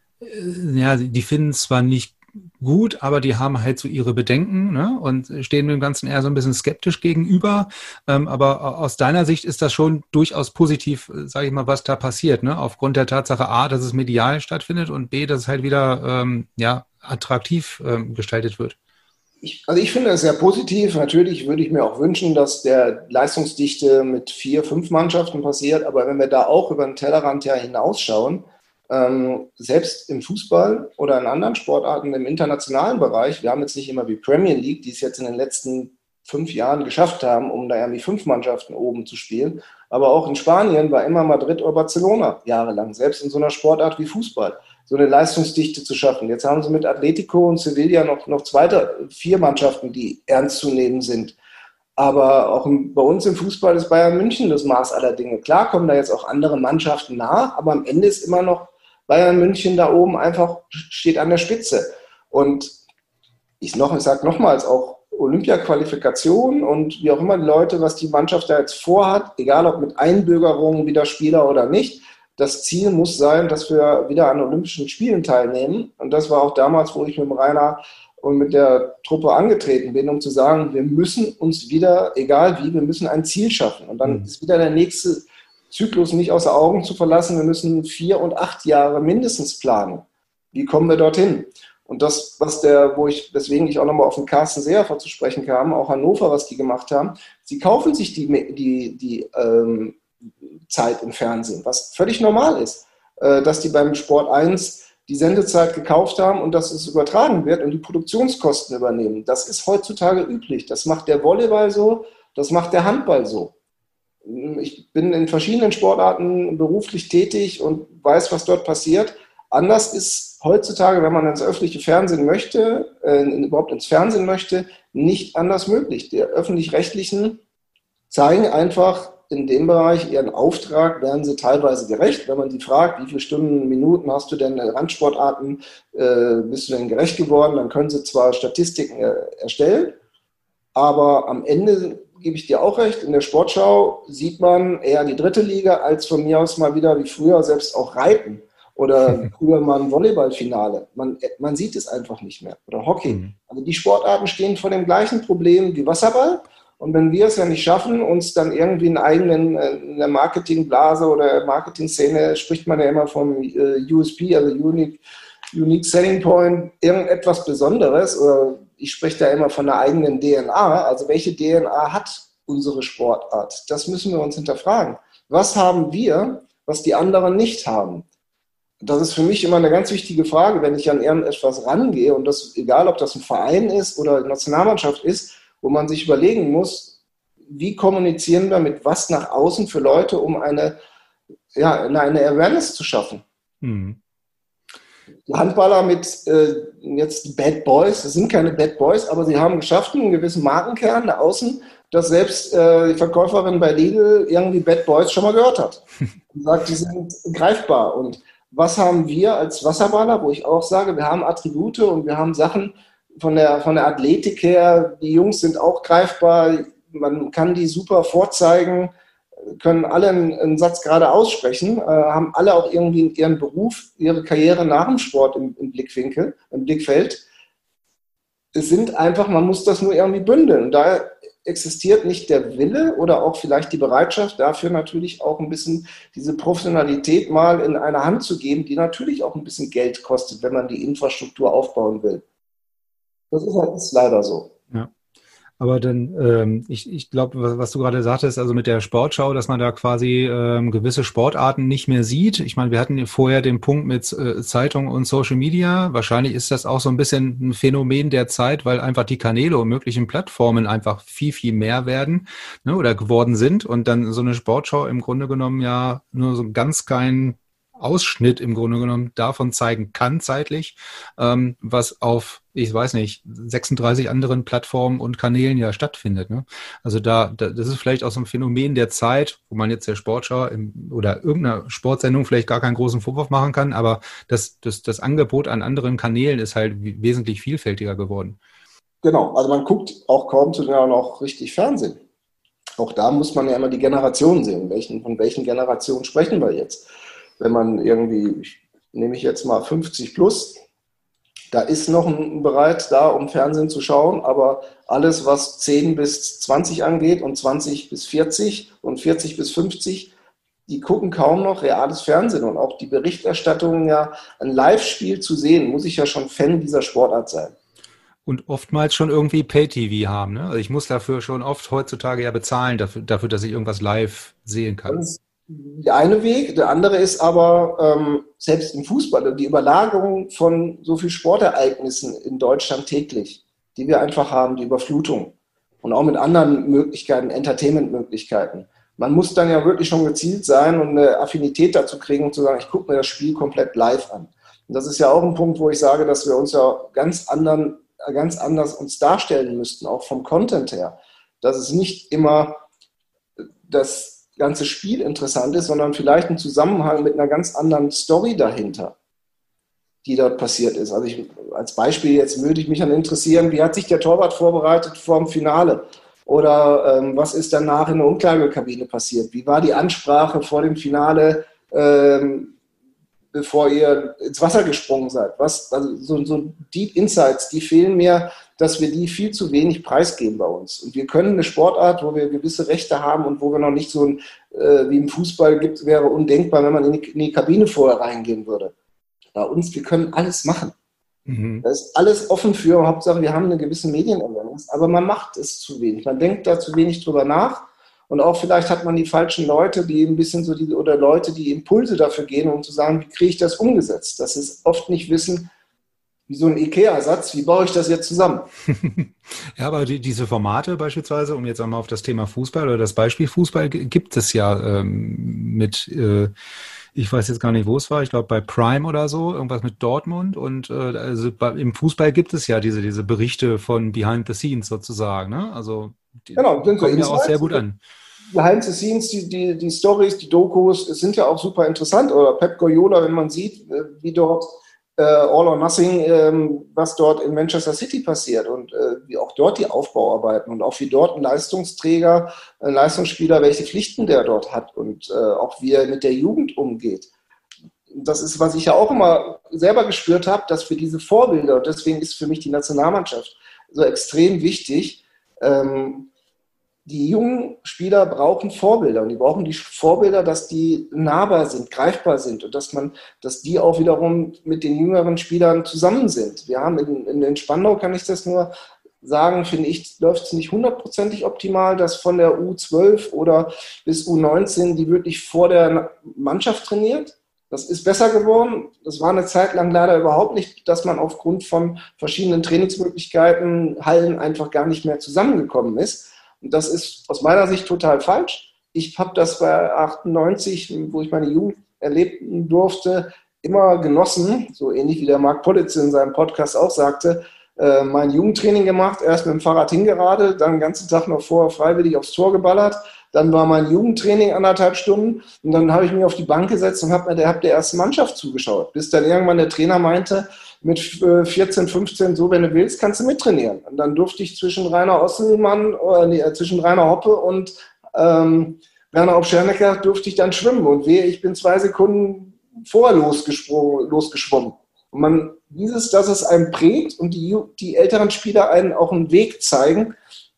S2: äh, ja, die finden es zwar nicht gut, aber die haben halt so ihre Bedenken, ne? Und stehen dem Ganzen eher so ein bisschen skeptisch gegenüber. Ähm, aber aus deiner Sicht ist das schon durchaus positiv, sage ich mal, was da passiert, ne? Aufgrund der Tatsache A, dass es medial stattfindet und B, dass es halt wieder ähm, ja attraktiv ähm, gestaltet wird.
S3: Ich, also ich finde es sehr positiv. Natürlich würde ich mir auch wünschen, dass der Leistungsdichte mit vier, fünf Mannschaften passiert. Aber wenn wir da auch über den Tellerrand ja hinausschauen, ähm, selbst im Fußball oder in anderen Sportarten im internationalen Bereich, wir haben jetzt nicht immer wie Premier League, die es jetzt in den letzten fünf Jahren geschafft haben, um da irgendwie fünf Mannschaften oben zu spielen. Aber auch in Spanien war immer Madrid oder Barcelona jahrelang, selbst in so einer Sportart wie Fußball, so eine Leistungsdichte zu schaffen. Jetzt haben sie mit Atletico und Sevilla noch, noch zweite, vier Mannschaften, die ernst zu nehmen sind. Aber auch im, bei uns im Fußball ist Bayern München das Maß aller Dinge. Klar kommen da jetzt auch andere Mannschaften nach, aber am Ende ist immer noch Bayern München da oben einfach, steht an der Spitze. Und ich, noch, ich sage nochmals, auch Olympia-Qualifikation und wie auch immer die Leute, was die Mannschaft da jetzt vorhat, egal ob mit Einbürgerungen wieder Spieler oder nicht, das Ziel muss sein, dass wir wieder an Olympischen Spielen teilnehmen. Und das war auch damals, wo ich mit dem Rainer und mit der Truppe angetreten bin, um zu sagen, wir müssen uns wieder, egal wie, wir müssen ein Ziel schaffen. Und dann mhm. ist wieder der nächste Zyklus nicht außer Augen zu verlassen. Wir müssen vier und acht Jahre mindestens planen. Wie kommen wir dorthin? Und das, was der, wo ich, deswegen ich auch nochmal auf den Carsten Seehofer zu sprechen kam, auch Hannover, was die gemacht haben, sie kaufen sich die, die, die ähm, Zeit im Fernsehen, was völlig normal ist, äh, dass die beim Sport eins die Sendezeit gekauft haben und dass es übertragen wird und die Produktionskosten übernehmen. Das ist heutzutage üblich. Das macht der Volleyball so, das macht der Handball so. Ich bin in verschiedenen Sportarten beruflich tätig und weiß, was dort passiert. Anders ist heutzutage, wenn man ins öffentliche Fernsehen möchte, äh, überhaupt ins Fernsehen möchte, nicht anders möglich. Die Öffentlich-Rechtlichen zeigen einfach in dem Bereich ihren Auftrag, werden sie teilweise gerecht. Wenn man sie fragt, wie viele Stunden, Minuten hast du denn in Randsportarten, äh, bist du denn gerecht geworden, dann können sie zwar Statistiken äh, erstellen, aber am Ende gebe ich dir auch recht, in der Sportschau sieht man eher die dritte Liga als von mir aus mal wieder wie früher selbst auch Reiten oder früher mal ein Volleyballfinale. Man, man sieht es einfach nicht mehr. Oder Hockey. Mhm. Also die Sportarten stehen vor dem gleichen Problem wie Wasserball. Und wenn wir es ja nicht schaffen, uns dann irgendwie einen eigenen, in der Marketingblase oder Marketingszene spricht man ja immer vom U S P, also Unique, Unique Selling Point, irgendetwas Besonderes, oder ich spreche da immer von einer eigenen D N A, also welche D N A hat unsere Sportart? Das müssen wir uns hinterfragen. Was haben wir, was die anderen nicht haben? Das ist für mich immer eine ganz wichtige Frage, wenn ich an irgendetwas rangehe, und das, egal ob das ein Verein ist oder eine Nationalmannschaft ist, wo man sich überlegen muss, wie kommunizieren wir mit was nach außen für Leute, um eine, ja, eine Awareness zu schaffen. Mhm. Die Handballer mit äh, jetzt Bad Boys, das sind keine Bad Boys, aber sie haben geschafft, einen gewissen Markenkern nach außen, dass selbst äh, die Verkäuferin bei Lidl irgendwie Bad Boys schon mal gehört hat. Und sagt, die sind greifbar. Und was haben wir als Wasserballer, wo ich auch sage, wir haben Attribute und wir haben Sachen von der, von der Athletik her, die Jungs sind auch greifbar, man kann die super vorzeigen, können alle einen, einen Satz gerade aussprechen, äh, haben alle auch irgendwie ihren Beruf, ihre Karriere nach dem Sport im, im Blickwinkel, im Blickfeld. Es sind einfach, man muss das nur irgendwie bündeln. Und da existiert nicht der Wille oder auch vielleicht die Bereitschaft, dafür natürlich auch ein bisschen diese Professionalität mal in eine Hand zu geben, die natürlich auch ein bisschen Geld kostet, wenn man die Infrastruktur aufbauen will. Das ist halt ist leider so.
S2: Ja. Aber dann, ähm, ich, ich glaube, was, was du gerade sagtest, also mit der Sportschau, dass man da quasi ähm, gewisse Sportarten nicht mehr sieht. Ich meine, wir hatten vorher den Punkt mit äh, Zeitung und Social Media. Wahrscheinlich ist das auch so ein bisschen ein Phänomen der Zeit, weil einfach die Kanäle und möglichen Plattformen einfach viel, viel mehr werden, ne, oder geworden sind. Und dann so eine Sportschau im Grunde genommen ja nur so ganz kein Ausschnitt im Grunde genommen davon zeigen kann zeitlich, ähm, was auf, ich weiß nicht, sechsunddreißig anderen Plattformen und Kanälen ja stattfindet. Ne? Also da, da, das ist vielleicht auch so ein Phänomen der Zeit, wo man jetzt der Sportschau im, oder irgendeiner Sportsendung vielleicht gar keinen großen Vorwurf machen kann, aber das, das, das Angebot an anderen Kanälen ist halt wesentlich vielfältiger geworden.
S3: Genau, also man guckt auch kaum zu ja noch richtig Fernsehen. Auch da muss man ja immer die Generationen sehen. Welchen, von welchen Generationen sprechen wir jetzt? Wenn man irgendwie, ich, nehme ich jetzt mal fünfzig plus, da ist noch ein Bereich da, um Fernsehen zu schauen, aber alles, was zehn bis zwanzig angeht und zwanzig bis vierzig und vierzig bis fünfzig, die gucken kaum noch reales Fernsehen. Und auch die Berichterstattung, ja, ein Live-Spiel zu sehen, muss ich ja schon Fan dieser Sportart sein.
S2: Und oftmals schon irgendwie Pay-T V haben. Ne? Also ich muss dafür schon oft heutzutage ja bezahlen, dafür, dafür dass ich irgendwas live sehen kann.
S3: Das ist der eine Weg. Der andere ist aber, ähm, selbst im Fußball, die Überlagerung von so vielen Sportereignissen in Deutschland täglich, die wir einfach haben, die Überflutung. Und auch mit anderen Möglichkeiten, Entertainment-Möglichkeiten. Man muss dann ja wirklich schon gezielt sein und eine Affinität dazu kriegen und zu sagen, ich gucke mir das Spiel komplett live an. Und das ist ja auch ein Punkt, wo ich sage, dass wir uns ja ganz anderen ganz anders uns darstellen müssten, auch vom Content her. Dass es nicht immer das ganze Spiel interessant ist, sondern vielleicht ein Zusammenhang mit einer ganz anderen Story dahinter, die dort passiert ist. Also ich, als Beispiel jetzt würde ich mich an interessieren, wie hat sich der Torwart vorbereitet vor dem Finale? Oder ähm, was ist danach in der Umkleidekabine passiert? Wie war die Ansprache vor dem Finale, ähm, bevor ihr ins Wasser gesprungen seid? Was, also so, so Deep Insights, die fehlen mir, dass wir die viel zu wenig preisgeben bei uns. Und wir können eine Sportart, wo wir gewisse Rechte haben und wo wir noch nicht so ein, äh, wie im Fußball gibt, wäre undenkbar, wenn man in die, in die Kabine vorher reingehen würde. Bei uns, wir können alles machen. Mhm. Da ist alles offen für, Hauptsache wir haben eine gewisse Medienawareness, aber man macht es zu wenig. Man denkt da zu wenig drüber nach. Und auch vielleicht hat man die falschen Leute, die ein bisschen so die, oder Leute, die Impulse dafür gehen, um zu sagen, wie kriege ich das umgesetzt? Das ist oft nicht wissen, wie so ein IKEA-Satz, wie baue ich das jetzt zusammen?
S2: Ja, aber die, diese Formate beispielsweise, um jetzt einmal auf das Thema Fußball oder das Beispiel Fußball, gibt es ja ähm, mit, äh, ich weiß jetzt gar nicht, wo es war, ich glaube bei Prime oder so, irgendwas mit Dortmund. Und äh, also bei, im Fußball gibt es ja diese, diese Berichte von Behind the Scenes sozusagen, ne? Also die
S3: genau, sind
S2: kommen ja auch sehr gut an.
S3: Behind the Scenes, die, die, die Stories, die Dokus, es sind ja auch super interessant. Oder Pep Guardiola, wenn man sieht, wie dort äh, All or Nothing, ähm, was dort in Manchester City passiert und äh, wie auch dort die Aufbauarbeiten und auch wie dort ein Leistungsträger, ein Leistungsspieler, welche Pflichten der dort hat und äh, auch wie er mit der Jugend umgeht. Das ist, was ich ja auch immer selber gespürt habe, dass für diese Vorbilder, und deswegen ist für mich die Nationalmannschaft so extrem wichtig, ähm, die jungen Spieler brauchen Vorbilder und die brauchen die Vorbilder, dass die nahbar sind, greifbar sind und dass man, dass die auch wiederum mit den jüngeren Spielern zusammen sind. Wir haben in, in, in Spandau, kann ich das nur sagen, finde ich, läuft es nicht hundertprozentig optimal, dass von der U zwölf oder bis U neunzehn die wirklich vor der Mannschaft trainiert. Das ist besser geworden. Das war eine Zeit lang leider überhaupt nicht, dass man aufgrund von verschiedenen Trainingsmöglichkeiten, Hallen einfach gar nicht mehr zusammengekommen ist. Und das ist aus meiner Sicht total falsch. Ich habe das bei achtundneunzig, wo ich meine Jugend erleben durfte, immer genossen, so ähnlich wie der Marc Politz in seinem Podcast auch sagte, äh, mein Jugendtraining gemacht, erst mit dem Fahrrad hingeradelt, dann den ganzen Tag noch vorher freiwillig aufs Tor geballert, dann war mein Jugendtraining anderthalb Stunden und dann habe ich mich auf die Bank gesetzt und habe mir der, hab der ersten Mannschaft zugeschaut, bis dann irgendwann der Trainer meinte, mit vierzehn, fünfzehn, so, wenn du willst, kannst du mittrainieren. Und dann durfte ich zwischen Rainer Osselmann, äh, nee, zwischen Rainer Hoppe und ähm, Werner Obschernecker durfte ich dann schwimmen. Und wehe, ich bin zwei Sekunden vorher losgesprungen, losgeschwommen. Und man, dieses, dass es einen prägt und die, die älteren Spieler einen auch einen Weg zeigen,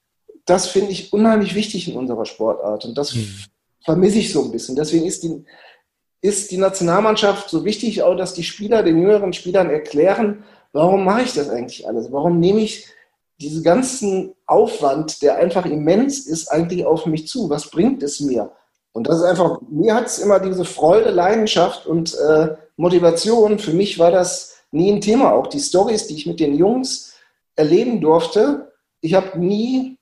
S3: das finde ich unheimlich wichtig in unserer Sportart. Und das mhm. vermisse ich so ein bisschen. Deswegen ist die ist die Nationalmannschaft so wichtig, auch dass die Spieler den jüngeren Spielern erklären, warum mache ich das eigentlich alles? Warum nehme ich diesen ganzen Aufwand, der einfach immens ist, eigentlich auf mich zu. Was bringt es mir? Und das ist einfach, mir hat es immer diese Freude, Leidenschaft und äh, Motivation. Für mich war das nie ein Thema. Auch die Storys, die ich mit den Jungs erleben durfte. Ich habe nie,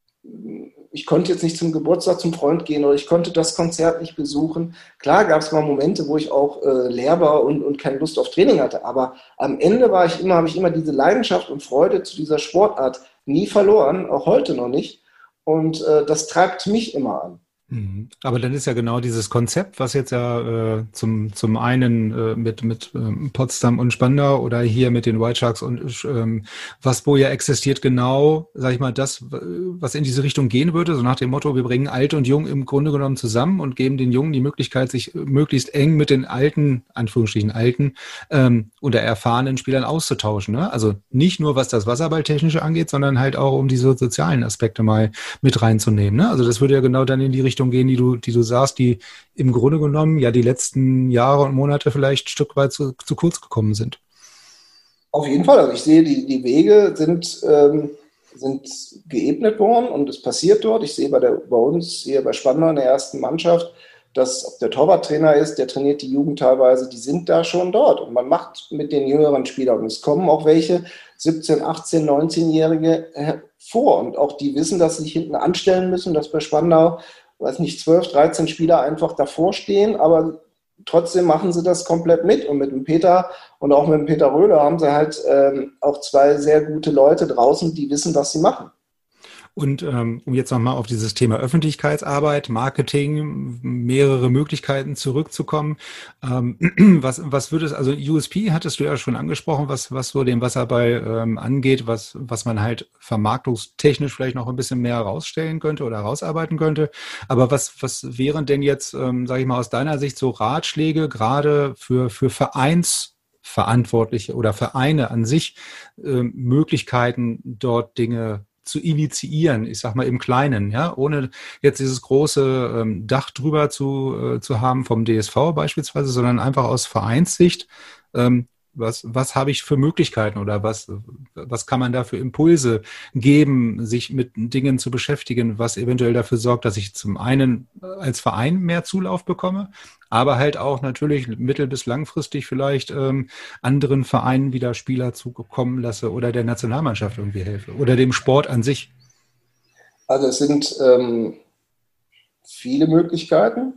S3: ich konnte jetzt nicht zum Geburtstag zum Freund gehen oder ich konnte das Konzert nicht besuchen. Klar gab es mal Momente, wo ich auch äh, leer war und, und keine Lust auf Training hatte. Aber am Ende war ich immer, habe ich immer diese Leidenschaft und Freude zu dieser Sportart nie verloren, auch heute noch nicht. Und äh, das treibt mich immer an.
S2: Aber dann ist ja genau dieses Konzept, was jetzt ja äh, zum zum einen äh, mit mit ähm, Potsdam und Spandau oder hier mit den White Sharks und ähm, was wo ja existiert, genau, sag ich mal, das, was in diese Richtung gehen würde, so nach dem Motto, wir bringen Alt und Jung im Grunde genommen zusammen und geben den Jungen die Möglichkeit, sich möglichst eng mit den alten, Anführungsstrichen alten ähm, oder erfahrenen Spielern auszutauschen. Ne? Also nicht nur, was das Wasserballtechnische angeht, sondern halt auch, um diese sozialen Aspekte mal mit reinzunehmen. Ne? Also das würde ja genau dann in die Richtung gehen, die du, die du sagst, die im Grunde genommen ja die letzten Jahre und Monate vielleicht ein Stück weit zu, zu kurz gekommen sind.
S3: Auf jeden Fall. Also ich sehe, die, die Wege sind, ähm, sind geebnet worden und es passiert dort. Ich sehe bei, der, bei uns hier bei Spandau in der ersten Mannschaft, dass ob der Torwarttrainer ist, der trainiert die Jugend teilweise, die sind da schon dort. Und man macht mit den jüngeren Spielern. Und es kommen auch welche siebzehn-, achtzehn-, neunzehn-Jährige vor. Und auch die wissen, dass sie sich hinten anstellen müssen, dass bei Spandau weiß nicht, zwölf, dreizehn Spieler einfach davor stehen, aber trotzdem machen sie das komplett mit. Und mit dem Peter und auch mit dem Peter Röder haben sie halt ähm, auch zwei sehr gute Leute draußen, die wissen, was sie machen.
S2: Und ähm, um jetzt nochmal auf dieses Thema Öffentlichkeitsarbeit, Marketing, mehrere Möglichkeiten zurückzukommen, ähm, was, was würde es, also U S P hattest du ja schon angesprochen, was, was so den Wasserball ähm, angeht, was, was man halt vermarktungstechnisch vielleicht noch ein bisschen mehr herausstellen könnte oder herausarbeiten könnte. Aber was, was wären denn jetzt, ähm, sage ich mal, aus deiner Sicht so Ratschläge, gerade für, für Vereinsverantwortliche oder Vereine an sich, äh, Möglichkeiten, dort Dinge zu initiieren, ich sag mal im Kleinen, ja, ohne jetzt dieses große ähm, Dach drüber zu, äh, zu haben vom D S V beispielsweise, sondern einfach aus Vereinssicht, ähm, was, was habe ich für Möglichkeiten oder was, was kann man da für Impulse geben, sich mit Dingen zu beschäftigen, was eventuell dafür sorgt, dass ich zum einen als Verein mehr Zulauf bekomme, aber halt auch natürlich mittel- bis langfristig vielleicht ähm, anderen Vereinen wieder Spieler zukommen lasse oder der Nationalmannschaft irgendwie helfe oder dem Sport an sich.
S3: Also es sind ähm, viele Möglichkeiten.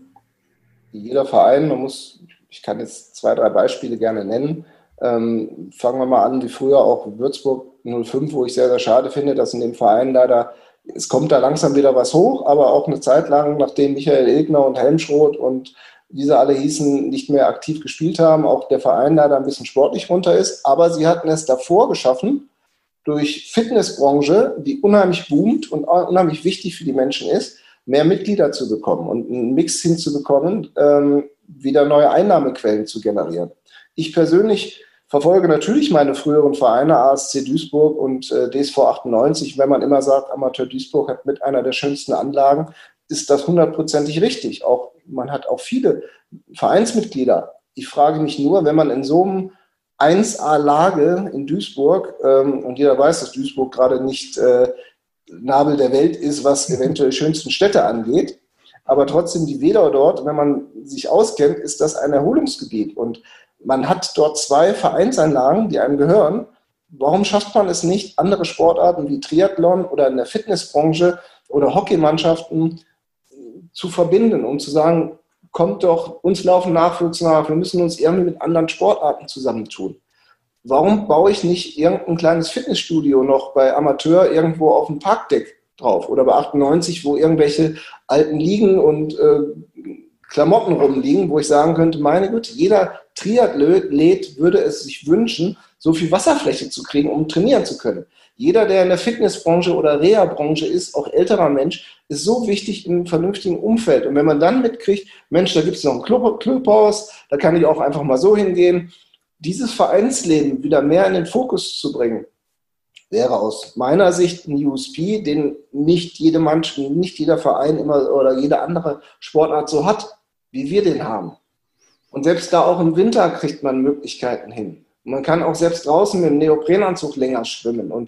S3: Jeder Verein, man muss, ich kann jetzt zwei, drei Beispiele gerne nennen. Ähm, fangen wir mal an, wie früher auch Würzburg null fünf, wo ich sehr, sehr schade finde, dass in dem Verein leider, es kommt da langsam wieder was hoch, aber auch eine Zeit lang, nachdem Michael Ilgner und Helmschroth und diese alle hießen, nicht mehr aktiv gespielt haben, auch der Verein leider ein bisschen sportlich runter ist, aber sie hatten es davor geschaffen, durch Fitnessbranche, die unheimlich boomt und unheimlich wichtig für die Menschen ist, mehr Mitglieder zu bekommen und einen Mix hinzubekommen, ähm, wieder neue Einnahmequellen zu generieren. Ich persönlich verfolge natürlich meine früheren Vereine, A S C Duisburg und äh, D S V achtundneunzig. Wenn man immer sagt, Amateur Duisburg hat mit einer der schönsten Anlagen, ist das hundertprozentig richtig. Auch, man hat auch viele Vereinsmitglieder. Ich frage mich nur, wenn man in so einem eins A-Lage in Duisburg, ähm, und jeder weiß, dass Duisburg gerade nicht äh, Nabel der Welt ist, was eventuell schönsten Städte angeht, aber trotzdem die Wedau dort, wenn man sich auskennt, ist das ein Erholungsgebiet und man hat dort zwei Vereinsanlagen, die einem gehören. Warum schafft man es nicht, andere Sportarten wie Triathlon oder in der Fitnessbranche oder Hockeymannschaften zu verbinden, um zu sagen, kommt doch, uns laufen Nachwuchs nach, wir müssen uns irgendwie mit anderen Sportarten zusammentun. Warum baue ich nicht irgendein kleines Fitnessstudio noch bei Amateur irgendwo auf dem Parkdeck drauf oder bei achtundneunzig, wo irgendwelche alten Liegen und äh, Klamotten rumliegen, wo ich sagen könnte, meine Güte, jeder Triathlet würde es sich wünschen, so viel Wasserfläche zu kriegen, um trainieren zu können. Jeder, der in der Fitnessbranche oder Reha-Branche ist, auch älterer Mensch, ist so wichtig in einem vernünftigen Umfeld. Und wenn man dann mitkriegt, Mensch, da gibt es noch ein Club, Clubhaus, da kann ich auch einfach mal so hingehen, dieses Vereinsleben wieder mehr in den Fokus zu bringen, wäre aus meiner Sicht ein U S P, den nicht jede Mannschaft, nicht jeder Verein immer oder jede andere Sportart so hat, wie wir den haben. Und selbst da auch im Winter kriegt man Möglichkeiten hin. Und man kann auch selbst draußen mit dem Neoprenanzug länger schwimmen. Und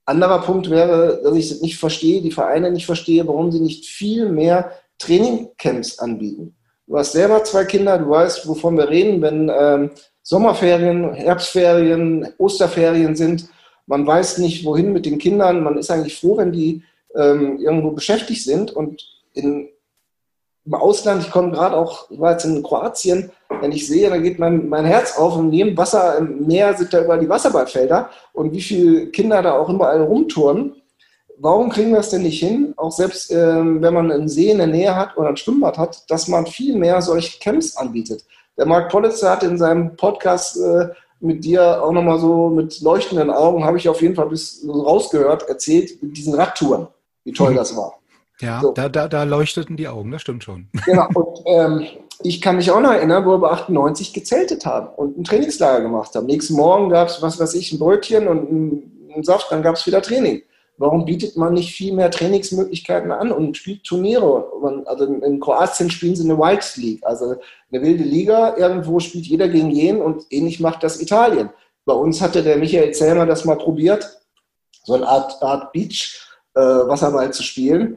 S3: Anderer Punkt wäre, dass ich nicht verstehe, die Vereine nicht verstehe, warum sie nicht viel mehr Trainingcamps anbieten. Du hast selber zwei Kinder, du weißt, wovon wir reden, wenn ähm, Sommerferien, Herbstferien, Osterferien sind. Man weiß nicht, wohin mit den Kindern. Man ist eigentlich froh, wenn die ähm, irgendwo beschäftigt sind. Und in, im Ausland, ich komme gerade auch, ich war jetzt in Kroatien, wenn ich sehe, dann geht mein, mein Herz auf und neben Wasser, im Meer sind da überall die Wasserballfelder und wie viele Kinder da auch überall rumturnen. Warum kriegen wir es denn nicht hin, auch selbst ähm, wenn man einen See in der Nähe hat oder ein Schwimmbad hat, dass man viel mehr solche Camps anbietet? Der Mark Politzer hat in seinem Podcast äh, mit dir auch nochmal so mit leuchtenden Augen, habe ich auf jeden Fall bis so rausgehört, erzählt, mit diesen Radtouren, wie toll das war.
S2: Ja,
S3: so.
S2: da, da, da leuchteten die Augen, das stimmt schon.
S3: Genau, und ähm, ich kann mich auch noch erinnern, wo wir bei achtundneunzig gezeltet haben und ein Trainingslager gemacht haben. Nächsten Morgen gab es, was weiß ich, ein Brötchen und einen Saft, dann gab es wieder Training. Warum bietet man nicht viel mehr Trainingsmöglichkeiten an und spielt Turniere? Also in Kroatien spielen sie eine Wild League, also eine wilde Liga. Irgendwo spielt jeder gegen jeden und ähnlich macht das Italien. Bei uns hatte der Michael Zellmer das mal probiert, so eine Art, Art Beach äh, Wasserball zu spielen.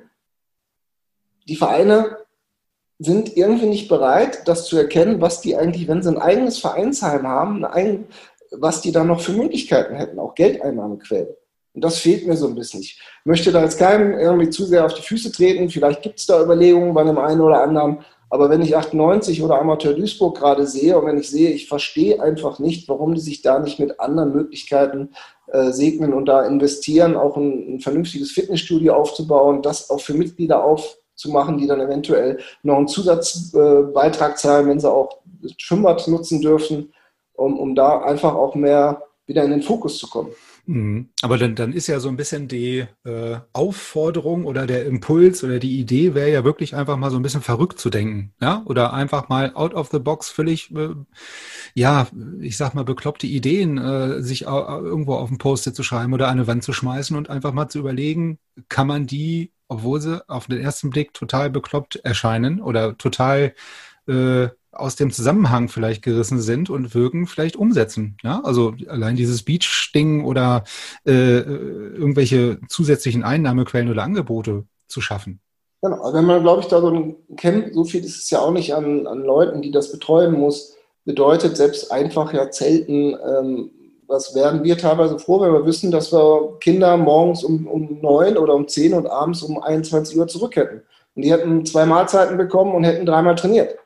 S3: Die Vereine sind irgendwie nicht bereit, das zu erkennen, was die eigentlich, wenn sie ein eigenes Vereinsheim haben, ein, was die dann noch für Möglichkeiten hätten, auch Geldeinnahmequellen. Und das fehlt mir so ein bisschen. Ich möchte da jetzt keinem irgendwie zu sehr auf die Füße treten. Vielleicht gibt es da Überlegungen bei dem einen oder anderen. Aber wenn ich achtundneunzig oder Amateur Duisburg gerade sehe und wenn ich sehe, ich verstehe einfach nicht, warum die sich da nicht mit anderen Möglichkeiten äh, segnen und da investieren, auch ein, ein vernünftiges Fitnessstudio aufzubauen, das auch für Mitglieder aufzumachen, die dann eventuell noch einen Zusatzbeitrag äh, zahlen, wenn sie auch das Schwimmbad nutzen dürfen, um, um da einfach auch mehr wieder in den Fokus zu kommen.
S2: Aber dann, dann ist ja so ein bisschen die äh, Aufforderung oder der Impuls oder die Idee wäre ja wirklich einfach mal so ein bisschen verrückt zu denken, ja, oder einfach mal out of the box völlig, äh, ja, ich sag mal bekloppte Ideen äh, sich au- irgendwo auf ein Post-it zu schreiben oder an eine Wand zu schmeißen und einfach mal zu überlegen, kann man die, obwohl sie auf den ersten Blick total bekloppt erscheinen oder total äh, aus dem Zusammenhang vielleicht gerissen sind und wirken, vielleicht umsetzen. Ja, also allein dieses Beach-Ding oder äh, irgendwelche zusätzlichen Einnahmequellen oder Angebote zu schaffen.
S3: Genau, also wenn man, glaube ich, da so ein Camp, so viel ist es ja auch nicht an, an Leuten, die das betreuen muss, bedeutet selbst einfach ja Zelten, ähm, was werden wir teilweise froh, wenn wir wissen, dass wir Kinder morgens um, um neun oder um zehn und abends um einundzwanzig Uhr zurück hätten. Und die hätten zwei Mahlzeiten bekommen und hätten dreimal trainiert.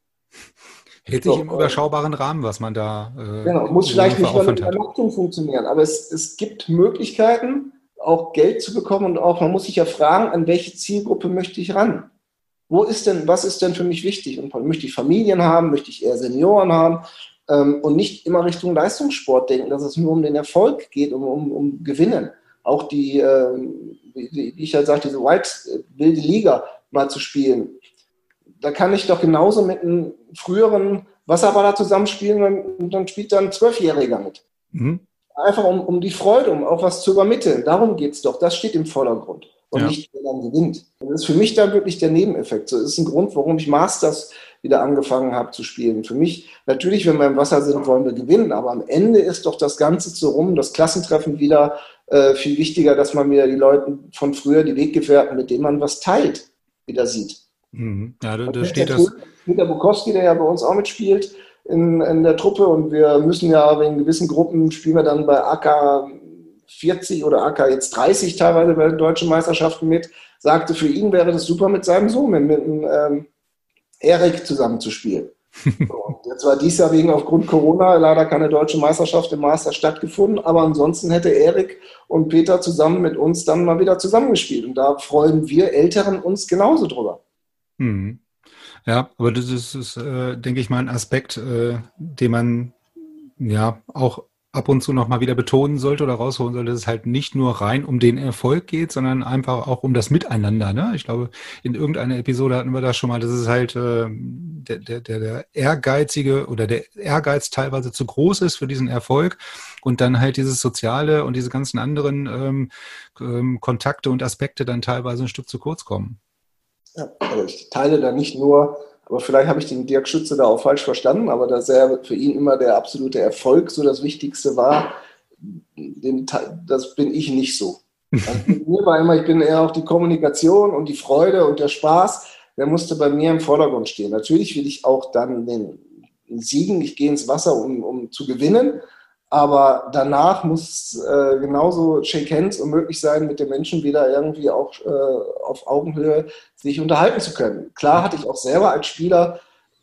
S2: Hält sich so, im überschaubaren Rahmen, was man da äh,
S3: genau, muss vielleicht nicht mit der Übernachtung funktionieren, aber es, es gibt Möglichkeiten, auch Geld zu bekommen und auch, man muss sich ja fragen, an welche Zielgruppe möchte ich ran? Wo ist denn, was ist denn für mich wichtig? Und möchte ich Familien haben, möchte ich eher Senioren haben ähm, und nicht immer Richtung Leistungssport denken, dass es nur um den Erfolg geht, um, um, um Gewinnen. Auch die, äh, wie, wie ich ja sagte, diese White wilde Liga mal zu spielen. Da kann ich doch genauso mit einem früheren Wasserballer zusammenspielen und dann spielt da ein Zwölfjähriger mit. Mhm. Einfach um, um die Freude, um auch was zu übermitteln. Darum geht es doch. Das steht im Vordergrund. Und ja. nicht, wer dann gewinnt. Und das ist für mich dann wirklich der Nebeneffekt. So, das ist ein Grund, warum ich Masters wieder angefangen habe zu spielen. Für mich, natürlich, wenn wir im Wasser sind, wollen wir gewinnen. Aber am Ende ist doch das Ganze so rum, das Klassentreffen wieder äh, viel wichtiger, dass man wieder die Leute von früher, die Weggefährten, mit denen man was teilt, wieder sieht.
S2: Mhm. Ja, da, da steht das.
S3: Peter Bukowski, der ja bei uns auch mitspielt in, in der Truppe, und wir müssen ja in gewissen Gruppen spielen wir dann bei A K vierzig oder A K jetzt dreißig teilweise bei den deutschen Meisterschaften mit, sagte, für ihn wäre das super mit seinem Sohn, mit, mit ähm, Erik zusammen zu spielen. So, jetzt war dies Jahr wegen aufgrund Corona leider keine deutsche Meisterschaft im Master stattgefunden, aber ansonsten hätte Erik und Peter zusammen mit uns dann mal wieder zusammengespielt, und da freuen wir Älteren uns genauso drüber.
S2: Hm. Ja, aber das ist, ist äh, denke ich mal, ein Aspekt, äh, den man ja auch ab und zu noch mal wieder betonen sollte oder rausholen sollte, dass es halt nicht nur rein um den Erfolg geht, sondern einfach auch um das Miteinander. Ne? Ich glaube, in irgendeiner Episode hatten wir das schon mal, dass es halt äh, der, der, der Ehrgeizige oder der Ehrgeiz teilweise zu groß ist für diesen Erfolg und dann halt dieses Soziale und diese ganzen anderen ähm, ähm, Kontakte und Aspekte dann teilweise ein Stück zu kurz kommen.
S3: Ja, also ich teile da nicht nur, aber vielleicht habe ich den Dirk Schütze da auch falsch verstanden, aber dass er für ihn immer der absolute Erfolg so das Wichtigste war, den, das bin ich nicht so. Also mir war immer, ich bin eher auch die Kommunikation und die Freude und der Spaß, der musste bei mir im Vordergrund stehen. Natürlich will ich auch dann den Siegen, ich gehe ins Wasser, um, um zu gewinnen, aber danach muss äh, genauso Shake Hands und möglich sein, mit den Menschen wieder irgendwie auch äh, auf Augenhöhe sich unterhalten zu können. Klar hatte ich auch selber als Spieler,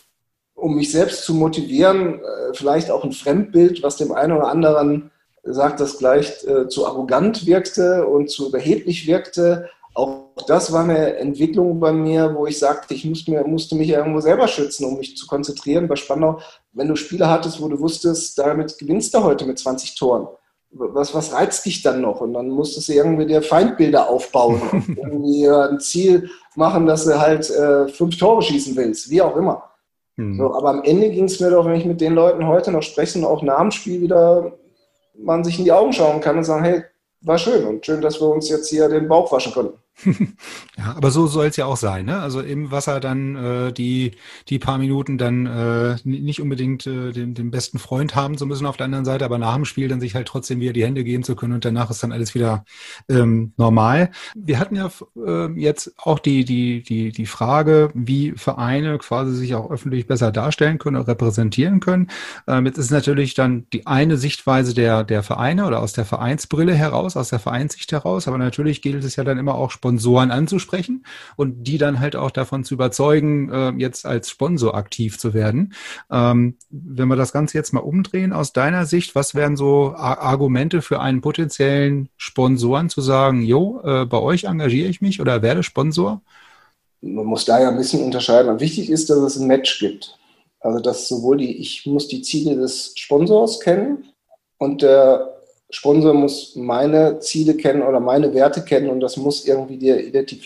S3: um mich selbst zu motivieren, äh, vielleicht auch ein Fremdbild, was dem einen oder anderen sagt, das gleich äh, zu arrogant wirkte und zu überheblich wirkte. Auch das war eine Entwicklung bei mir, wo ich sagte, ich musste, mir, musste mich irgendwo selber schützen, um mich zu konzentrieren. Bei Spandau, wenn du Spiele hattest, wo du wusstest, damit gewinnst du heute mit zwanzig Toren. Was, was reizt dich dann noch? Und dann musstest du irgendwie dir Feindbilder aufbauen und irgendwie ein Ziel machen, dass du halt äh, fünf Tore schießen willst, wie auch immer. Hm. So, aber am Ende ging es mir doch, wenn ich mit den Leuten heute noch spreche und auch nach dem Spiel wieder man sich in die Augen schauen kann und sagen, hey, war schön und schön, dass wir uns jetzt hier den Bauch waschen konnten.
S2: Ja, aber so soll es ja auch sein, ne? Also im Wasser dann äh, die die paar Minuten dann äh, nicht unbedingt äh, den, den besten Freund haben zu müssen auf der anderen Seite, aber nach dem Spiel dann sich halt trotzdem wieder die Hände geben zu können und danach ist dann alles wieder ähm, normal. Wir hatten ja äh, jetzt auch die die die die Frage, wie Vereine quasi sich auch öffentlich besser darstellen können oder repräsentieren können. Ähm, jetzt ist natürlich dann die eine Sichtweise der der Vereine oder aus der Vereinsbrille heraus, aus der Vereinssicht heraus, aber natürlich gilt es ja dann immer auch Sponsoren anzusprechen und die dann halt auch davon zu überzeugen, äh, jetzt als Sponsor aktiv zu werden. Ähm, wenn wir das Ganze jetzt mal umdrehen, aus deiner Sicht, was wären so Ar- Argumente für einen potenziellen Sponsoren zu sagen, jo, äh, bei euch engagiere ich mich oder werde Sponsor?
S3: Man muss da ja ein bisschen unterscheiden. Und wichtig ist, dass es ein Match gibt. Also dass sowohl die, ich muss die Ziele des Sponsors kennen und der Sponsor muss meine Ziele kennen oder meine Werte kennen und das muss irgendwie die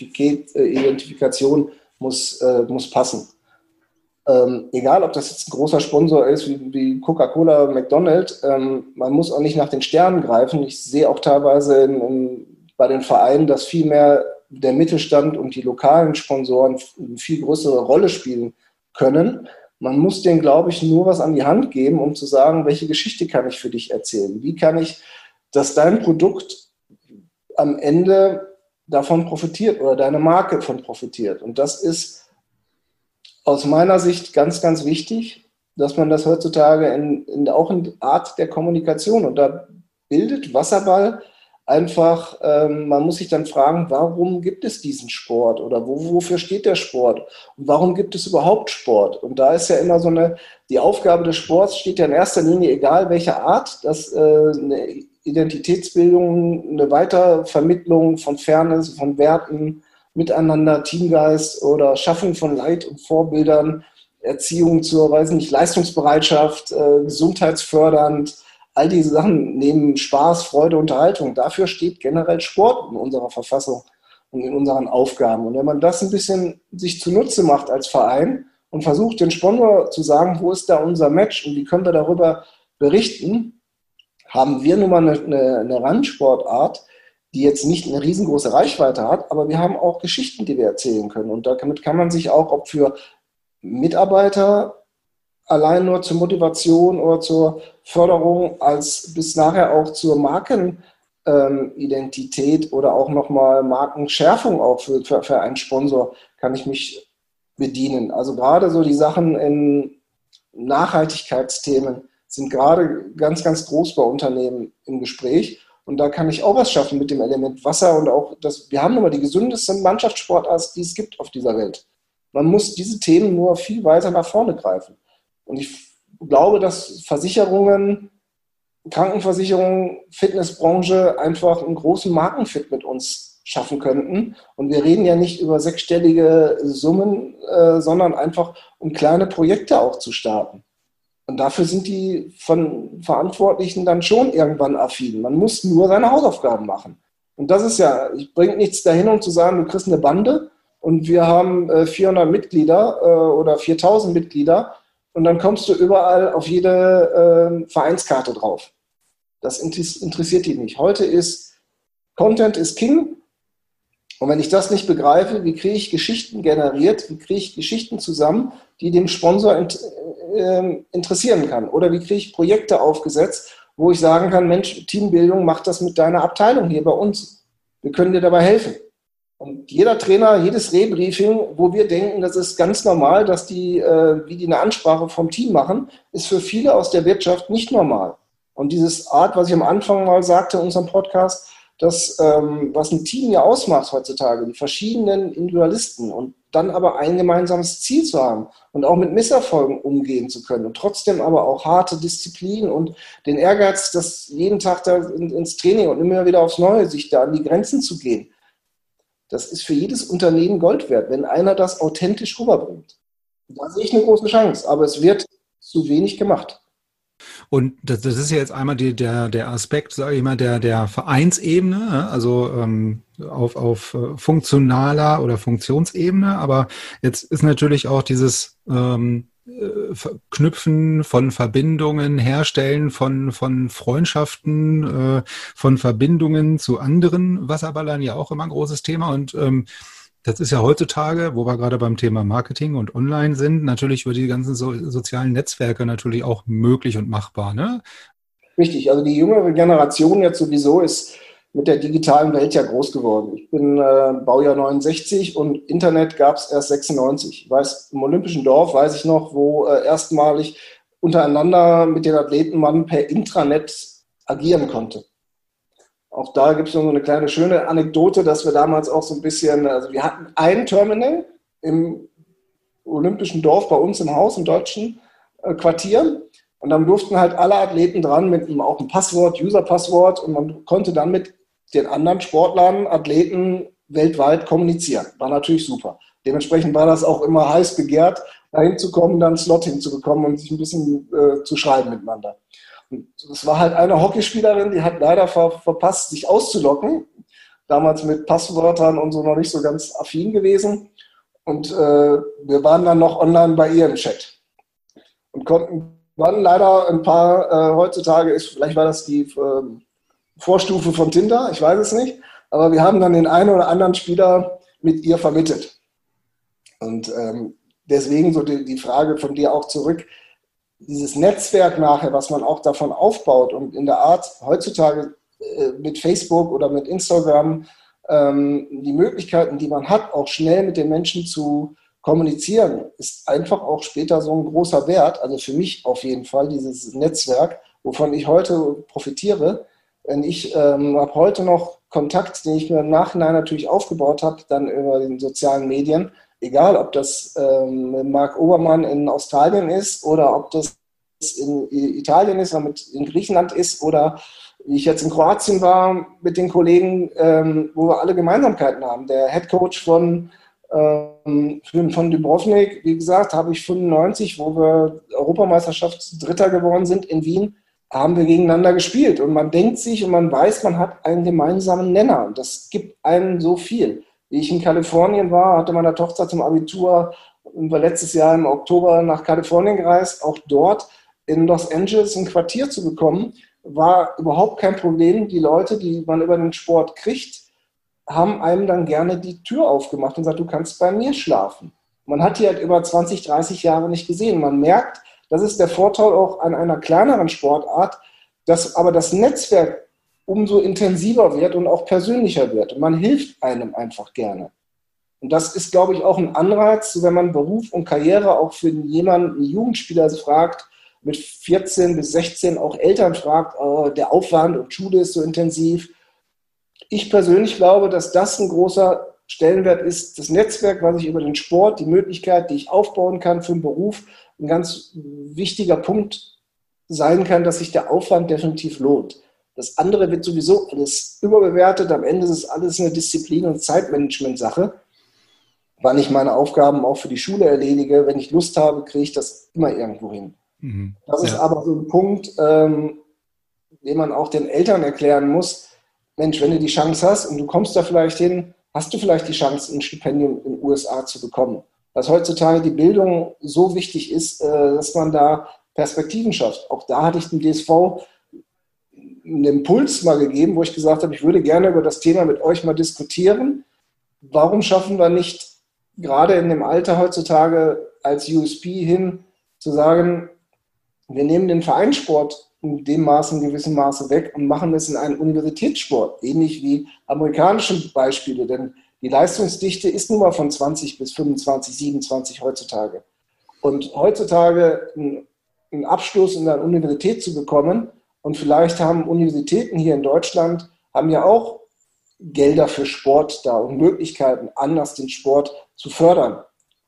S3: Identifikation muss, äh, muss passen. Ähm, egal, ob das jetzt ein großer Sponsor ist wie, wie Coca-Cola, McDonald's, ähm, man muss auch nicht nach den Sternen greifen. Ich sehe auch teilweise in, in, bei den Vereinen, dass viel mehr der Mittelstand und die lokalen Sponsoren eine viel größere Rolle spielen können. Man muss denen, glaube ich, nur was an die Hand geben, um zu sagen, welche Geschichte kann ich für dich erzählen? Wie kann ich, dass dein Produkt am Ende davon profitiert oder deine Marke davon profitiert? Und das ist aus meiner Sicht ganz, ganz wichtig, dass man das heutzutage in, in auch in Art der Kommunikation, und da bildet Wasserball einfach, ähm, man muss sich dann fragen, warum gibt es diesen Sport oder wo, wofür steht der Sport und warum gibt es überhaupt Sport? Und da ist ja immer so eine, die Aufgabe des Sports steht ja in erster Linie, egal welche Art, dass äh, eine Identitätsbildung, eine Weitervermittlung von Fairness, von Werten, Miteinander, Teamgeist oder Schaffung von Leit- und Vorbildern, Erziehung zur, weiß nicht, Leistungsbereitschaft, äh, gesundheitsfördernd, all diese Sachen neben Spaß, Freude, Unterhaltung, dafür steht generell Sport in unserer Verfassung und in unseren Aufgaben. Und wenn man das ein bisschen sich zunutze macht als Verein und versucht, den Sponsor zu sagen, wo ist da unser Match und wie können wir darüber berichten, haben wir nun mal eine, eine, eine Randsportart, die jetzt nicht eine riesengroße Reichweite hat, aber wir haben auch Geschichten, die wir erzählen können. Und damit kann man sich auch, ob für Mitarbeiter allein nur zur Motivation oder zur Förderung, als bis nachher auch zur Markenidentität ähm, oder auch nochmal Markenschärfung auch für, für, für einen Sponsor kann ich mich bedienen. Also gerade so die Sachen in Nachhaltigkeitsthemen sind gerade ganz, ganz groß bei Unternehmen im Gespräch. Und da kann ich auch was schaffen mit dem Element Wasser und auch das, wir haben immer die gesündeste Mannschaftssportart, die es gibt auf dieser Welt. Man muss diese Themen nur viel weiter nach vorne greifen. Und ich glaube, dass Versicherungen, Krankenversicherungen, Fitnessbranche einfach einen großen Markenfit mit uns schaffen könnten. Und wir reden ja nicht über sechsstellige Summen, äh, sondern einfach um kleine Projekte auch zu starten. Und dafür sind die von Verantwortlichen dann schon irgendwann affin. Man muss nur seine Hausaufgaben machen. Und das ist ja, es bringt nichts dahin, um zu sagen, du kriegst eine Bande und wir haben äh, vierhundert Mitglieder äh, oder viertausend Mitglieder und dann kommst du überall auf jede äh, Vereinskarte drauf. Das interessiert die nicht. Heute ist Content is King. Und wenn ich das nicht begreife, wie kriege ich Geschichten generiert, wie kriege ich Geschichten zusammen, die dem Sponsor int- äh, interessieren kann? Oder wie kriege ich Projekte aufgesetzt, wo ich sagen kann, Mensch, Teambildung, mach das mit deiner Abteilung hier bei uns. Wir können dir dabei helfen. Und jeder Trainer, jedes Rebriefing, wo wir denken, das ist ganz normal, dass die, äh, wie die eine Ansprache vom Team machen, ist für viele aus der Wirtschaft nicht normal. Und dieses Art, was ich am Anfang mal sagte in unserem Podcast, das, ähm, was ein Team ja ausmacht heutzutage, die verschiedenen Individualisten und dann aber ein gemeinsames Ziel zu haben und auch mit Misserfolgen umgehen zu können und trotzdem aber auch harte Disziplin und den Ehrgeiz, das jeden Tag da ins Training und immer wieder aufs Neue, sich da an die Grenzen zu gehen. Das ist für jedes Unternehmen Gold wert, wenn einer das authentisch rüberbringt. Da sehe ich eine große Chance, aber es wird zu wenig gemacht.
S2: Und das, das ist ja jetzt einmal die, der, der Aspekt, sage ich mal, der, der Vereinsebene, also ähm, auf, auf funktionaler oder Funktionsebene. Aber jetzt ist natürlich auch dieses ähm, Knüpfen von Verbindungen, Herstellen von, von Freundschaften, äh, von Verbindungen zu anderen Wasserballern ja auch immer ein großes Thema. Und ähm, das ist ja heutzutage, wo wir gerade beim Thema Marketing und Online sind, natürlich über die ganzen so, sozialen Netzwerke natürlich auch möglich und machbar, ne?
S3: Richtig, also die jüngere Generation jetzt sowieso ist mit der digitalen Welt ja groß geworden. Ich bin äh, Baujahr neunundsechzig und Internet gab es erst sechsundneunzig. Ich weiß, im Olympischen Dorf weiß ich noch, wo äh, erstmalig untereinander mit den Athleten man per Intranet agieren konnte. Auch da gibt es noch so eine kleine schöne Anekdote, dass wir damals auch so ein bisschen, also wir hatten ein Terminal im Olympischen Dorf bei uns im Haus, im deutschen äh, Quartier. Und dann durften halt alle Athleten dran mit einem, auch einem Passwort, User-Passwort, und man konnte dann mit den anderen Sportlern, Athleten weltweit kommunizieren. War natürlich super. Dementsprechend war das auch immer heiß begehrt, da hinzukommen, dann einen Slot hinzubekommen und sich ein bisschen äh, zu schreiben miteinander. Es war halt eine Hockeyspielerin, die hat leider ver verpasst, sich auszulocken. Damals mit Passwörtern und so noch nicht so ganz affin gewesen. Und äh, wir waren dann noch online bei ihr im Chat. Und konnten dann leider ein paar, äh, heutzutage ist, vielleicht war das die äh, Vorstufe von Tinder, ich weiß es nicht. Aber wir haben dann den einen oder anderen Spieler mit ihr vermittelt. Und ähm, deswegen so die, die Frage von dir auch zurück, dieses Netzwerk nachher, was man auch davon aufbaut und in der Art heutzutage äh, mit Facebook oder mit Instagram ähm, die Möglichkeiten, die man hat, auch schnell mit den Menschen zu kommunizieren, ist einfach auch später so ein großer Wert. Also für mich auf jeden Fall dieses Netzwerk, wovon ich heute profitiere. Denn ich ähm, habe heute noch Kontakt, den ich mir im Nachhinein natürlich aufgebaut habe, dann über den sozialen Medien. Egal, ob das ähm, Marc Obermann in Australien ist oder ob das in Italien ist oder mit in Griechenland ist oder wie ich jetzt in Kroatien war mit den Kollegen, ähm, wo wir alle Gemeinsamkeiten haben. Der Headcoach von, ähm, von Dubrovnik, wie gesagt, habe ich fünfundneunzig, wo wir Europameisterschaft Dritter geworden sind in Wien, haben wir gegeneinander gespielt. Und man denkt sich und man weiß, man hat einen gemeinsamen Nenner. Und das gibt einem so viel. Wie ich in Kalifornien war, hatte meine Tochter zum Abitur und war letztes Jahr im Oktober nach Kalifornien gereist. Auch dort in Los Angeles ein Quartier zu bekommen, war überhaupt kein Problem. Die Leute, die man über den Sport kriegt, haben einem dann gerne die Tür aufgemacht und gesagt, du kannst bei mir schlafen. Man hat die halt über zwanzig, dreißig Jahre nicht gesehen. Man merkt, das ist der Vorteil auch an einer kleineren Sportart, dass aber das Netzwerk umso intensiver wird und auch persönlicher wird. Und man hilft einem einfach gerne. Und das ist, glaube ich, auch ein Anreiz, wenn man Beruf und Karriere auch für jemanden, einen Jugendspieler fragt, mit vierzehn bis sechzehn auch Eltern fragt, oh, der Aufwand und Schule ist so intensiv. Ich persönlich glaube, dass das ein großer Stellenwert ist, das Netzwerk, was ich über den Sport, die Möglichkeit, die ich aufbauen kann für einen Beruf, ein ganz wichtiger Punkt sein kann, dass sich der Aufwand definitiv lohnt. Das andere wird sowieso alles überbewertet. Am Ende ist es alles eine Disziplin- und Zeitmanagement-Sache. Wann ich meine Aufgaben auch für die Schule erledige, wenn ich Lust habe, kriege ich das immer irgendwo hin. Mhm. Das ist ja aber so ein Punkt, ähm, den man auch den Eltern erklären muss. Mensch, wenn du die Chance hast und du kommst da vielleicht hin, hast du vielleicht die Chance, ein Stipendium in den U S A zu bekommen. Dass heutzutage die Bildung so wichtig ist, äh, dass man da Perspektiven schafft. Auch da hatte ich dem D S V einen Impuls mal gegeben, wo ich gesagt habe, ich würde gerne über das Thema mit euch mal diskutieren. Warum schaffen wir nicht gerade in dem Alter heutzutage als U S P hin, zu sagen, wir nehmen den Vereinssport in dem Maße, in gewissem Maße weg und machen es in einen Universitätssport, ähnlich wie amerikanische Beispiele, denn die Leistungsdichte ist nun mal von zwanzig bis fünfundzwanzig, siebenundzwanzig heutzutage. Und heutzutage einen Abschluss in der Universität zu bekommen, und vielleicht haben Universitäten hier in Deutschland, haben ja auch Gelder für Sport da und Möglichkeiten, anders den Sport zu fördern.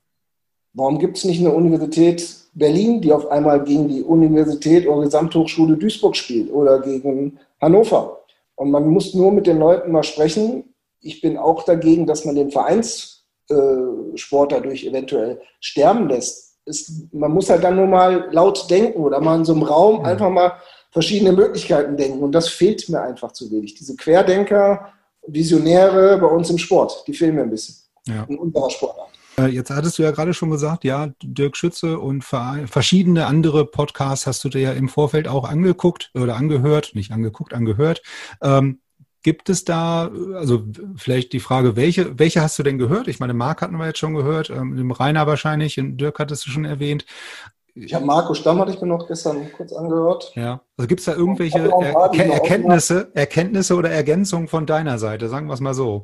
S3: Warum gibt es nicht eine Universität Berlin, die auf einmal gegen die Universität oder Gesamthochschule Duisburg spielt oder gegen Hannover? Und man muss nur mit den Leuten mal sprechen. Ich bin auch dagegen, dass man den Vereinssport dadurch eventuell sterben lässt. Es, man muss halt dann nur mal laut denken oder mal in so einem Raum einfach mal verschiedene Möglichkeiten denken. Und das fehlt mir einfach zu wenig. Diese Querdenker, Visionäre bei uns im Sport, die fehlen mir ein bisschen.
S2: Ja.
S3: In unserer Sportart.
S2: Jetzt hattest du ja gerade schon gesagt, ja, Dirk Schütze und verschiedene andere Podcasts hast du dir ja im Vorfeld auch angeguckt oder angehört, nicht angeguckt, angehört. Ähm, gibt es da, also vielleicht die Frage, welche, welche hast du denn gehört? Ich meine, Marc hatten wir jetzt schon gehört, ähm, dem Rainer wahrscheinlich, und Dirk hattest du schon erwähnt.
S3: Ich habe Marco Stamm, hatte ich mir noch gestern kurz angehört.
S2: Ja, also gibt es da irgendwelche er er Erkenntnisse, Erkenntnisse oder Ergänzungen von deiner Seite, sagen wir es mal so?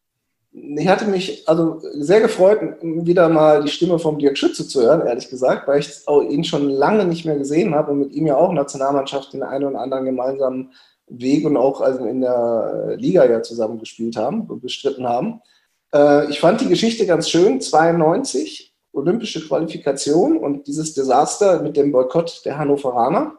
S3: Ich hatte mich also sehr gefreut, wieder mal die Stimme vom Dirk Schütze zu hören, ehrlich gesagt, weil ich auch ihn schon lange nicht mehr gesehen habe und mit ihm ja auch Nationalmannschaft den einen oder anderen gemeinsamen Weg und auch also in der Liga ja zusammen gespielt haben und bestritten haben. Ich fand die Geschichte ganz schön, zweiundneunzig, olympische Qualifikation und dieses Desaster mit dem Boykott der Hannoveraner.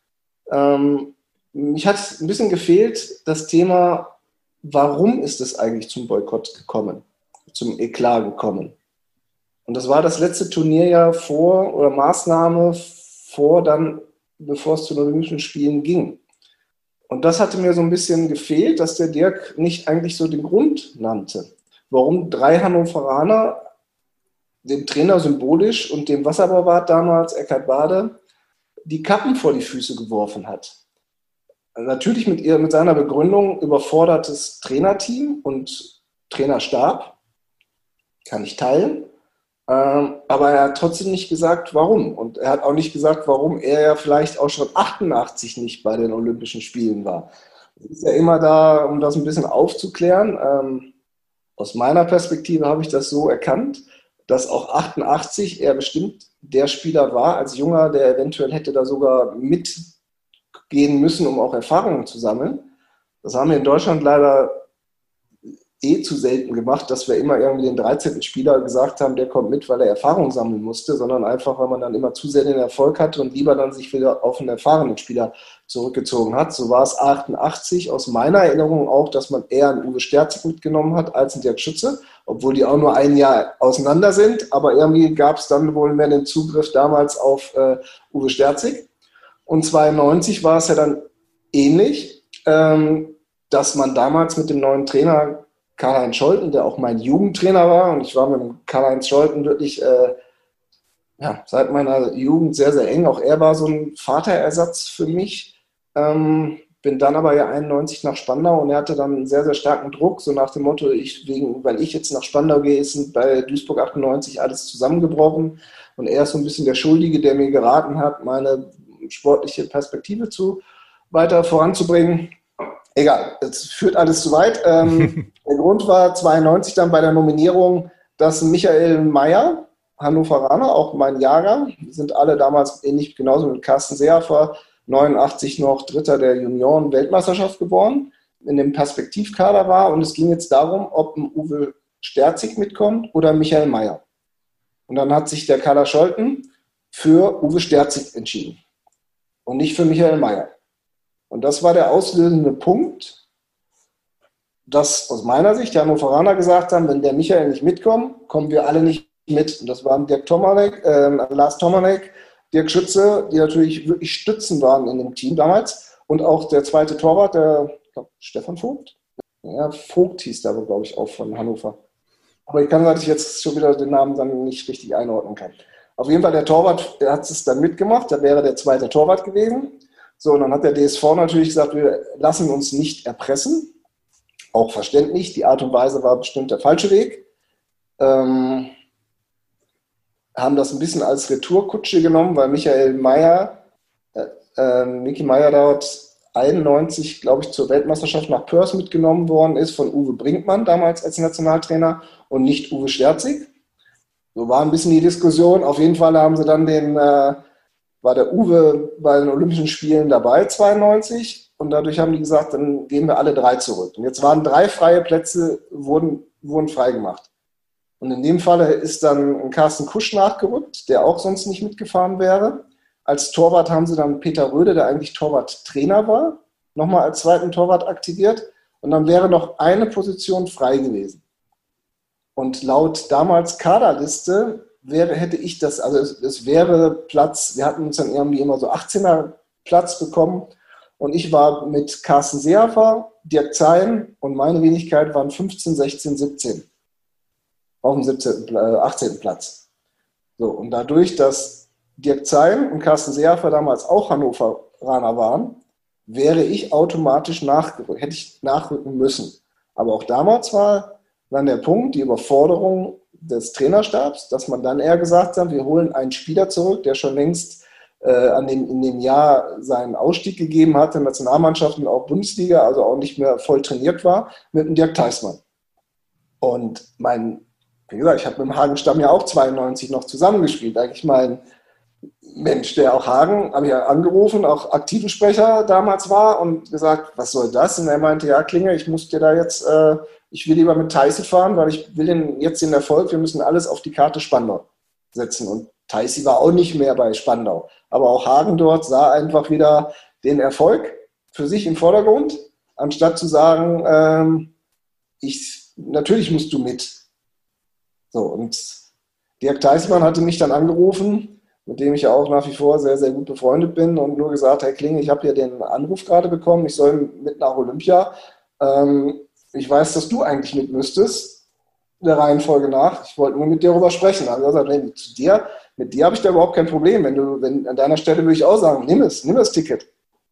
S3: Ähm, mich hat ein bisschen gefehlt, das Thema, warum ist es eigentlich zum Boykott gekommen, zum Eklat gekommen? Und das war das letzte Turnier ja vor, oder Maßnahme vor dann, bevor es zu den Olympischen Spielen ging. Und das hatte mir so ein bisschen gefehlt, dass der Dirk nicht eigentlich so den Grund nannte, warum drei Hannoveraner dem Trainer symbolisch und dem Wasserbauwart damals, Eckhard Bade, die Kappen vor die Füße geworfen hat. Natürlich mit, ihr, mit seiner Begründung überfordertes Trainerteam und Trainerstab, kann ich teilen, ähm, aber er hat trotzdem nicht gesagt, warum. Und er hat auch nicht gesagt, warum er ja vielleicht auch schon achtundachtzig nicht bei den Olympischen Spielen war. Es ist ja immer da, um das ein bisschen aufzuklären. Ähm, aus meiner Perspektive habe ich das so erkannt, dass auch achtundachtzig er bestimmt der Spieler war als Junger, der eventuell hätte da sogar mitgehen müssen, um auch Erfahrungen zu sammeln. Das haben wir in Deutschland leider eh zu selten gemacht, dass wir immer irgendwie den dreizehnten Spieler gesagt haben, der kommt mit, weil er Erfahrung sammeln musste, sondern einfach, weil man dann immer zu sehr den Erfolg hatte und lieber dann sich wieder auf einen erfahrenen Spieler zurückgezogen hat. So war es achtundachtzig aus meiner Erinnerung auch, dass man eher einen Uwe Sterzig mitgenommen hat als einen Dirk Schütze, obwohl die auch nur ein Jahr auseinander sind, aber irgendwie gab es dann wohl mehr den Zugriff damals auf äh, Uwe Sterzig. Und zweiundneunzig war es ja dann ähnlich, ähm, dass man damals mit dem neuen Trainer Karl-Heinz Scholten, der auch mein Jugendtrainer war, und ich war mit dem Karl-Heinz Scholten wirklich äh, ja, seit meiner Jugend sehr, sehr eng. Auch er war so ein Vaterersatz für mich. Ähm, bin dann aber ja einundneunzig nach Spandau und er hatte dann einen sehr, sehr starken Druck, so nach dem Motto, ich, wegen, weil ich jetzt nach Spandau gehe, ist bei Duisburg achtundneunzig alles zusammengebrochen und er ist so ein bisschen der Schuldige, der mir geraten hat, meine sportliche Perspektive zu weiter voranzubringen. Egal, es führt alles zu weit. Ähm, der Grund war zweiundneunzig dann bei der Nominierung, dass Michael Mayer, Hannoveraner, auch mein Jahrgang, sind alle damals ähnlich genauso mit Carsten Seehofer, neunundachtzig noch Dritter der Junioren-Weltmeisterschaft geboren, in dem Perspektivkader war und es ging jetzt darum, ob ein Uwe Sterzig mitkommt oder Michael Mayer. Und dann hat sich der Karl Scholten für Uwe Sterzig entschieden und nicht für Michael Mayer. Und das war der auslösende Punkt, dass aus meiner Sicht die Hannoveraner gesagt haben, wenn der Michael nicht mitkommt, kommen wir alle nicht mit. Und das waren Dirk Tomanek, äh, Lars Tomanek, Dirk Schütze, die natürlich wirklich Stützen waren in dem Team damals. Und auch der zweite Torwart, der, ich glaube, Stefan Vogt. Ja, Vogt hieß da, glaube ich, auch von Hannover. Aber ich kann sagen, dass ich jetzt schon wieder den Namen dann nicht richtig einordnen kann. Auf jeden Fall, der Torwart der hat es dann mitgemacht, da wäre der zweite Torwart gewesen. So, und dann hat der D S V natürlich gesagt, wir lassen uns nicht erpressen. Auch verständlich, die Art und Weise war bestimmt der falsche Weg. Ähm, haben das ein bisschen als Retourkutsche genommen, weil Michael Mayer äh, ähm, Micky Meyer dort einundneunzig, glaube ich, zur Weltmeisterschaft nach Perth mitgenommen worden ist von Uwe Brinkmann damals als Nationaltrainer und nicht Uwe Sterzig. So war ein bisschen die Diskussion. Auf jeden Fall haben sie dann den, äh, war der Uwe bei den Olympischen Spielen dabei, zweiundneunzig. Und dadurch haben die gesagt, dann gehen wir alle drei zurück. Und jetzt waren drei freie Plätze, wurden, wurden freigemacht. Und in dem Falle ist dann Carsten Kusch nachgerückt, der auch sonst nicht mitgefahren wäre. Als Torwart haben sie dann Peter Röde, der eigentlich Torwarttrainer war, nochmal als zweiten Torwart aktiviert. Und dann wäre noch eine Position frei gewesen. Und laut damals Kaderliste wäre, hätte ich das, also es, es wäre Platz, wir hatten uns dann irgendwie immer so achtzehner Platz bekommen. Und ich war mit Carsten Seehofer, Dirk Zein und meine Wenigkeit waren fünfzehn, sechzehn, siebzehn. Auf dem siebzehnten, achtzehnten Platz. So, und dadurch, dass Dirk Zein und Carsten Seehofer damals auch Hannoveraner waren, wäre ich automatisch nachgerückt, hätte ich nachrücken müssen. Aber auch damals war dann der Punkt, die Überforderung des Trainerstabs, dass man dann eher gesagt hat, wir holen einen Spieler zurück, der schon längst äh, an dem, in dem Jahr seinen Ausstieg gegeben hatte, Nationalmannschaft und auch Bundesliga, also auch nicht mehr voll trainiert war, mit dem Dirk Theismann. Und mein Wie gesagt, ich habe mit dem Hagen-Stamm ja auch zweiundneunzig noch zusammengespielt. Eigentlich mein Mensch, der auch Hagen, habe ich ja angerufen, auch aktiven Sprecher damals war und gesagt, was soll das? Und er meinte, ja Klinge, ich muss dir da jetzt, äh, ich will lieber mit Theissi fahren, weil ich will den, jetzt den Erfolg, wir müssen alles auf die Karte Spandau setzen. Und Theissi war auch nicht mehr bei Spandau. Aber auch Hagen dort sah einfach wieder den Erfolg für sich im Vordergrund, anstatt zu sagen, ähm, ich, natürlich musst du mit. So, und Dirk Theismann hatte mich dann angerufen, mit dem ich ja auch nach wie vor sehr, sehr gut befreundet bin und nur gesagt, Herr Klinge, ich habe hier den Anruf gerade bekommen, ich soll mit nach Olympia. Ähm, ich weiß, dass du eigentlich mit müsstest, der Reihenfolge nach. Ich wollte nur mit dir darüber sprechen. Also ich gesagt, nee, mit dir, mit dir habe ich da überhaupt kein Problem. Wenn du, wenn, an deiner Stelle würde ich auch sagen, nimm es, nimm das Ticket.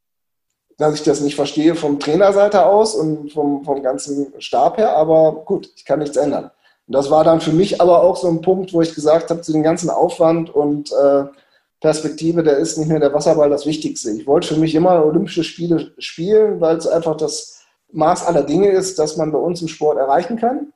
S3: Dass ich das nicht verstehe vom Trainerseite aus und vom, vom ganzen Stab her, aber gut, ich kann nichts ändern. Und das war dann für mich aber auch so ein Punkt, wo ich gesagt habe, zu dem ganzen Aufwand und äh, Perspektive, der ist nicht mehr der Wasserball das Wichtigste. Ich wollte für mich immer Olympische Spiele spielen, weil es einfach das Maß aller Dinge ist, das man bei uns im Sport erreichen kann.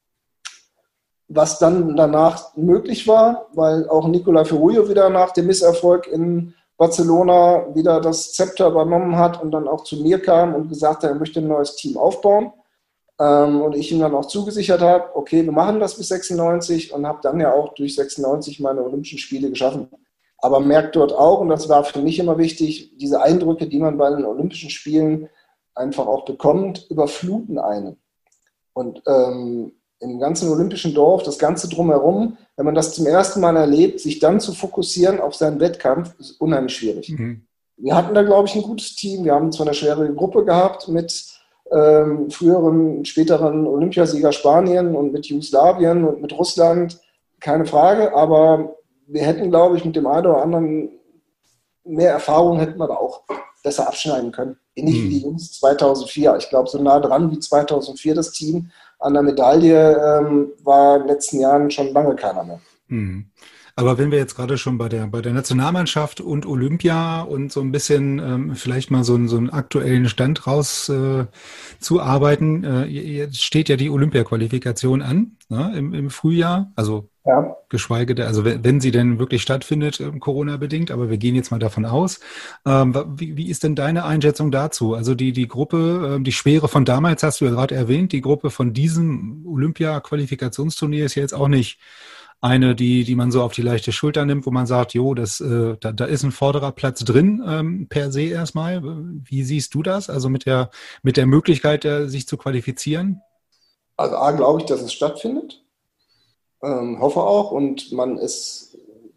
S3: Was dann danach möglich war, weil auch Nicola Ferruglio wieder nach dem Misserfolg in Barcelona wieder das Zepter übernommen hat und dann auch zu mir kam und gesagt hat, er möchte ein neues Team aufbauen. Und ich ihm dann auch zugesichert habe, okay, wir machen das bis sechsundneunzig und habe dann ja auch durch sechsundneunzig meine Olympischen Spiele geschaffen. Aber merkt dort auch, und das war für mich immer wichtig, diese Eindrücke, die man bei den Olympischen Spielen einfach auch bekommt, überfluten einen. Und ähm, im ganzen Olympischen Dorf, das Ganze drumherum, wenn man das zum ersten Mal erlebt, sich dann zu fokussieren auf seinen Wettkampf, ist unheimlich schwierig. Mhm. Wir hatten da, glaube ich, ein gutes Team. Wir haben zwar eine schwere Gruppe gehabt mit Ähm, früheren, späteren Olympiasieger Spanien und mit Jugoslawien und mit Russland, keine Frage, aber wir hätten, glaube ich, mit dem einen oder anderen mehr Erfahrung hätten wir da auch besser abschneiden können. Ähnlich hm. wie die Jungs zweitausendvier. Ich glaube, so nah dran wie zweitausendvier das Team an der Medaille ähm, war in den letzten Jahren schon lange keiner mehr.
S2: Hm. Aber wenn wir jetzt gerade schon bei der bei der Nationalmannschaft und Olympia und so ein bisschen ähm, vielleicht mal so, einen so einen aktuellen Stand raus äh, zu arbeiten, äh, jetzt steht ja die Olympia-Qualifikation an, ne, im, im Frühjahr, also ja. Geschweige denn, also wenn, wenn sie denn wirklich stattfindet, äh, Corona-bedingt, aber wir gehen jetzt mal davon aus. Ähm, wie, wie ist denn deine Einschätzung dazu? Also die die Gruppe, äh, die Schwere von damals hast du ja gerade erwähnt, die Gruppe von diesem Olympia-Qualifikationsturnier ist ja jetzt auch nicht eine, die die man so auf die leichte Schulter nimmt, wo man sagt, jo, das, äh, da, da ist ein vorderer Platz drin, ähm, per se erstmal. Wie siehst du das? Also mit der mit der Möglichkeit, äh, sich zu qualifizieren?
S3: Also A, glaube ich, dass es stattfindet. Ähm, hoffe auch. Und man ist,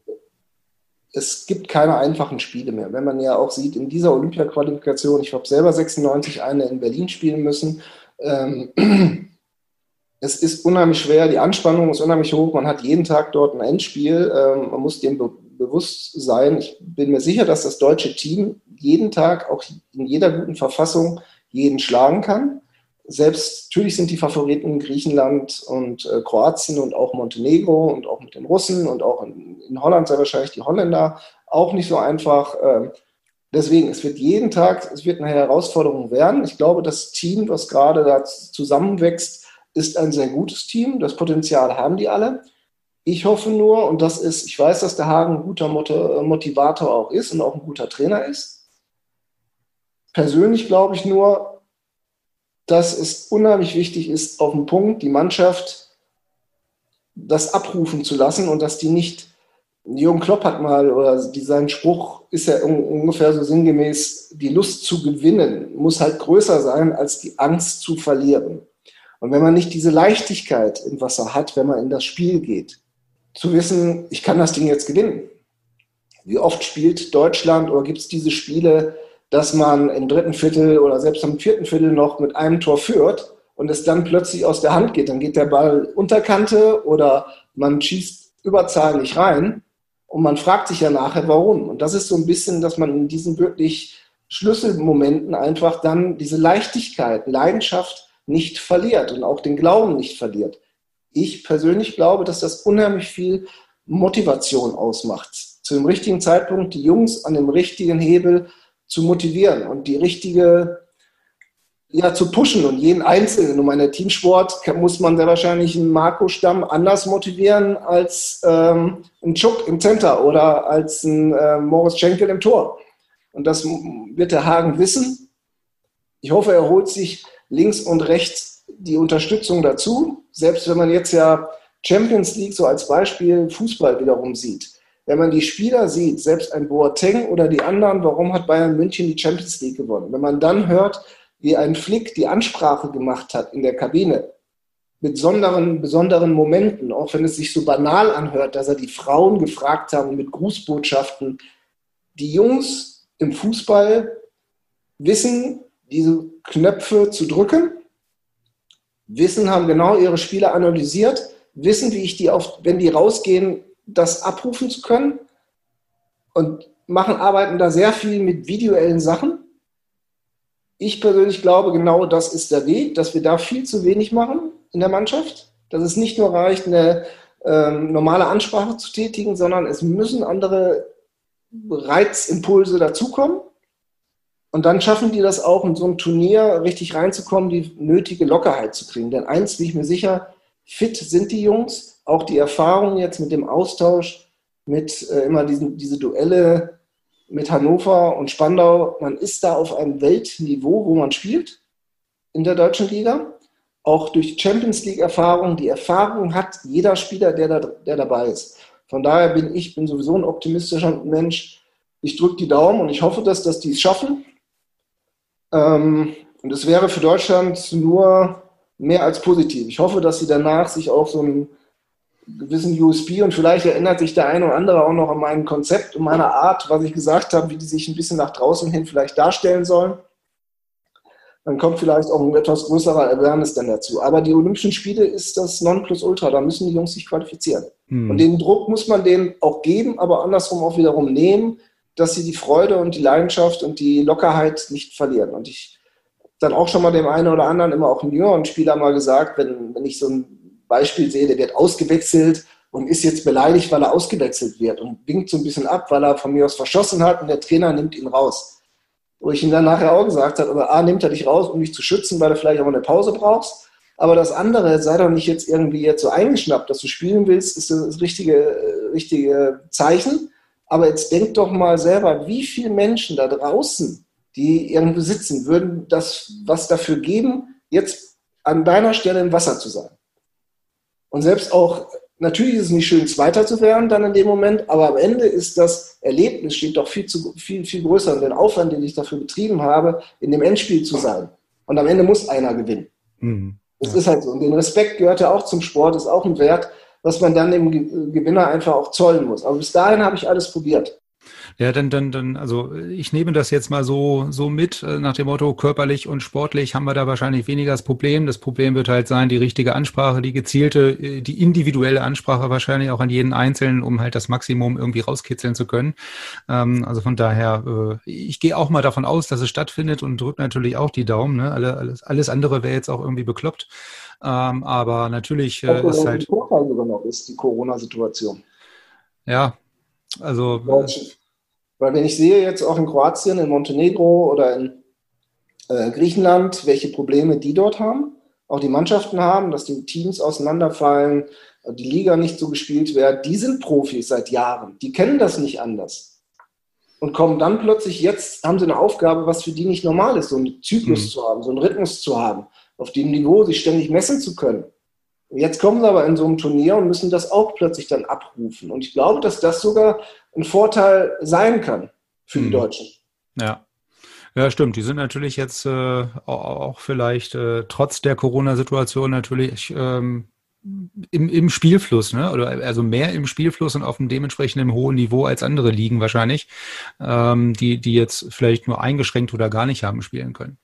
S3: es gibt keine einfachen Spiele mehr. Wenn man ja auch sieht, in dieser Olympia-Qualifikation, ich habe selber sechsundneunzig eine in Berlin spielen müssen, ähm, es ist unheimlich schwer, die Anspannung ist unheimlich hoch, man hat jeden Tag dort ein Endspiel, ähm, man muss dem be- bewusst sein. Ich bin mir sicher, dass das deutsche Team jeden Tag, auch in jeder guten Verfassung, jeden schlagen kann. Selbst natürlich sind die Favoriten Griechenland und äh, Kroatien und auch Montenegro und auch mit den Russen und auch in, in Holland sehr wahrscheinlich die Holländer auch nicht so einfach. Ähm, Deswegen, es wird jeden Tag, es wird eine Herausforderung werden. Ich glaube, das Team, was gerade da zusammenwächst, ist ein sehr gutes Team. Das Potenzial haben die alle. Ich hoffe nur, und das ist, ich weiß, dass der Hagen ein guter Motivator auch ist und auch ein guter Trainer ist. Persönlich glaube ich nur, dass es unheimlich wichtig ist, auf den Punkt die Mannschaft das abrufen zu lassen und dass die nicht, Jürgen Klopp hat mal, oder sein Spruch ist ja ungefähr so sinngemäß, die Lust zu gewinnen muss halt größer sein, als die Angst zu verlieren. Und wenn man nicht diese Leichtigkeit im Wasser hat, wenn man in das Spiel geht, zu wissen, ich kann das Ding jetzt gewinnen. Wie oft spielt Deutschland oder gibt es diese Spiele, dass man im dritten Viertel oder selbst am vierten Viertel noch mit einem Tor führt und es dann plötzlich aus der Hand geht. Dann geht der Ball Unterkante oder man schießt Überzahl nicht rein und man fragt sich ja nachher, warum. Und das ist so ein bisschen, dass man in diesen wirklich Schlüsselmomenten einfach dann diese Leichtigkeit, Leidenschaft nicht verliert und auch den Glauben nicht verliert. Ich persönlich glaube, dass das unheimlich viel Motivation ausmacht. Zu dem richtigen Zeitpunkt die Jungs an dem richtigen Hebel zu motivieren und die richtige, ja, zu pushen und jeden Einzelnen. Um einen Teamsport muss man sehr wahrscheinlich einen Marco Stamm anders motivieren als ähm, einen Chuck im Center oder als einen äh, Moritz Schenkel im Tor. Und das wird der Hagen wissen. Ich hoffe, er holt sich links und rechts die Unterstützung dazu. Selbst wenn man jetzt ja Champions League so als Beispiel Fußball wiederum sieht. Wenn man die Spieler sieht, selbst ein Boateng oder die anderen, warum hat Bayern München die Champions League gewonnen? Wenn man dann hört, wie ein Flick die Ansprache gemacht hat in der Kabine, mit besonderen, besonderen Momenten, auch wenn es sich so banal anhört, dass er die Frauen gefragt hat mit Grußbotschaften. Die Jungs im Fußball wissen, diese Knöpfe zu drücken, wissen, haben genau ihre Spieler analysiert, wissen, wie ich die, auf, wenn die rausgehen, das abrufen zu können und machen, arbeiten da sehr viel mit visuellen Sachen. Ich persönlich glaube, genau das ist der Weg, dass wir da viel zu wenig machen in der Mannschaft, dass es nicht nur reicht, eine ähm, normale Ansprache zu tätigen, sondern es müssen andere Reizimpulse dazukommen. Und dann schaffen die das auch, in so ein Turnier richtig reinzukommen, die nötige Lockerheit zu kriegen. Denn eins bin ich mir sicher, fit sind die Jungs, auch die Erfahrung jetzt mit dem Austausch, mit äh, immer diesen, diese Duelle mit Hannover und Spandau. Man ist da auf einem Weltniveau, wo man spielt in der deutschen Liga. Auch durch Champions League-Erfahrung. Die Erfahrung hat jeder Spieler, der, da, der dabei ist. Von daher bin ich bin sowieso ein optimistischer Mensch. Ich drücke die Daumen und ich hoffe, dass, dass die es schaffen. Ähm, und es wäre für Deutschland nur mehr als positiv. Ich hoffe, dass sie danach sich auch so einen gewissen U S P und vielleicht erinnert sich der eine oder andere auch noch an mein Konzept und meine Art, was ich gesagt habe, wie die sich ein bisschen nach draußen hin vielleicht darstellen sollen. Dann kommt vielleicht auch ein etwas größerer Awareness dann dazu. Aber die Olympischen Spiele ist das Nonplusultra, da müssen die Jungs sich qualifizieren. Hm. Und den Druck muss man denen auch geben, aber andersrum auch wiederum nehmen, dass sie die Freude und die Leidenschaft und die Lockerheit nicht verlieren. Und ich habe dann auch schon mal dem einen oder anderen, immer auch einen jüngeren Spieler mal gesagt, wenn, wenn ich so ein Beispiel sehe, der wird ausgewechselt und ist jetzt beleidigt, weil er ausgewechselt wird und winkt so ein bisschen ab, weil er von mir aus verschossen hat und der Trainer nimmt ihn raus. Wo ich ihm dann nachher auch gesagt habe, aber A, nimmt er dich raus, um dich zu schützen, weil du vielleicht auch eine Pause brauchst, aber das andere, sei doch nicht jetzt irgendwie jetzt so eingeschnappt, dass du spielen willst, ist das richtige, richtige Zeichen, aber jetzt denk doch mal selber, wie viele Menschen da draußen, die irgendwo sitzen, würden das was dafür geben, jetzt an deiner Stelle im Wasser zu sein. Und selbst auch, natürlich ist es nicht schön, Zweiter zu werden dann in dem Moment, aber am Ende ist das Erlebnis, steht doch viel, zu, viel, viel größer und den Aufwand, den ich dafür betrieben habe, in dem Endspiel zu sein. Und am Ende muss einer gewinnen. Mhm. Das ja. ist halt so. Und den Respekt gehört ja auch zum Sport, ist auch ein Wert, was man dann dem Gewinner einfach auch zollen muss. Aber bis dahin habe ich alles probiert.
S2: Ja, dann, dann, dann, also ich nehme das jetzt mal so, so mit, nach dem Motto, körperlich und sportlich haben wir da wahrscheinlich weniger das Problem. Das Problem wird halt sein, die richtige Ansprache, die gezielte, die individuelle Ansprache wahrscheinlich auch an jeden Einzelnen, um halt das Maximum irgendwie rauskitzeln zu können. Ähm, also von daher, äh, ich gehe auch mal davon aus, dass es stattfindet und drücke natürlich auch die Daumen. Ne? Alle, alles, alles andere wäre jetzt auch irgendwie bekloppt. Ähm, aber natürlich äh,
S3: auch,
S2: ist halt...
S3: Die Vorteil sogar noch ist die Corona-Situation.
S2: Ja, also...
S3: Weil wenn ich sehe jetzt auch in Kroatien, in Montenegro oder in äh, Griechenland, welche Probleme die dort haben, auch die Mannschaften haben, dass die Teams auseinanderfallen, die Liga nicht so gespielt wird, die sind Profis seit Jahren, die kennen das nicht anders. Und kommen dann plötzlich, jetzt haben sie eine Aufgabe, was für die nicht normal ist, so einen Zyklus mhm. zu haben, so einen Rhythmus zu haben, auf dem Niveau sich ständig messen zu können. Jetzt kommen sie aber in so einem Turnier und müssen das auch plötzlich dann abrufen. Und ich glaube, dass das sogar ein Vorteil sein kann für die Deutschen.
S2: Ja. Ja, stimmt. Die sind natürlich jetzt äh, auch vielleicht äh, trotz der Corona-Situation natürlich ähm, im, im Spielfluss, ne? Oder also mehr im Spielfluss und auf einem dementsprechend hohen Niveau als andere Ligen wahrscheinlich, ähm, die, die jetzt vielleicht nur eingeschränkt oder gar nicht haben spielen können.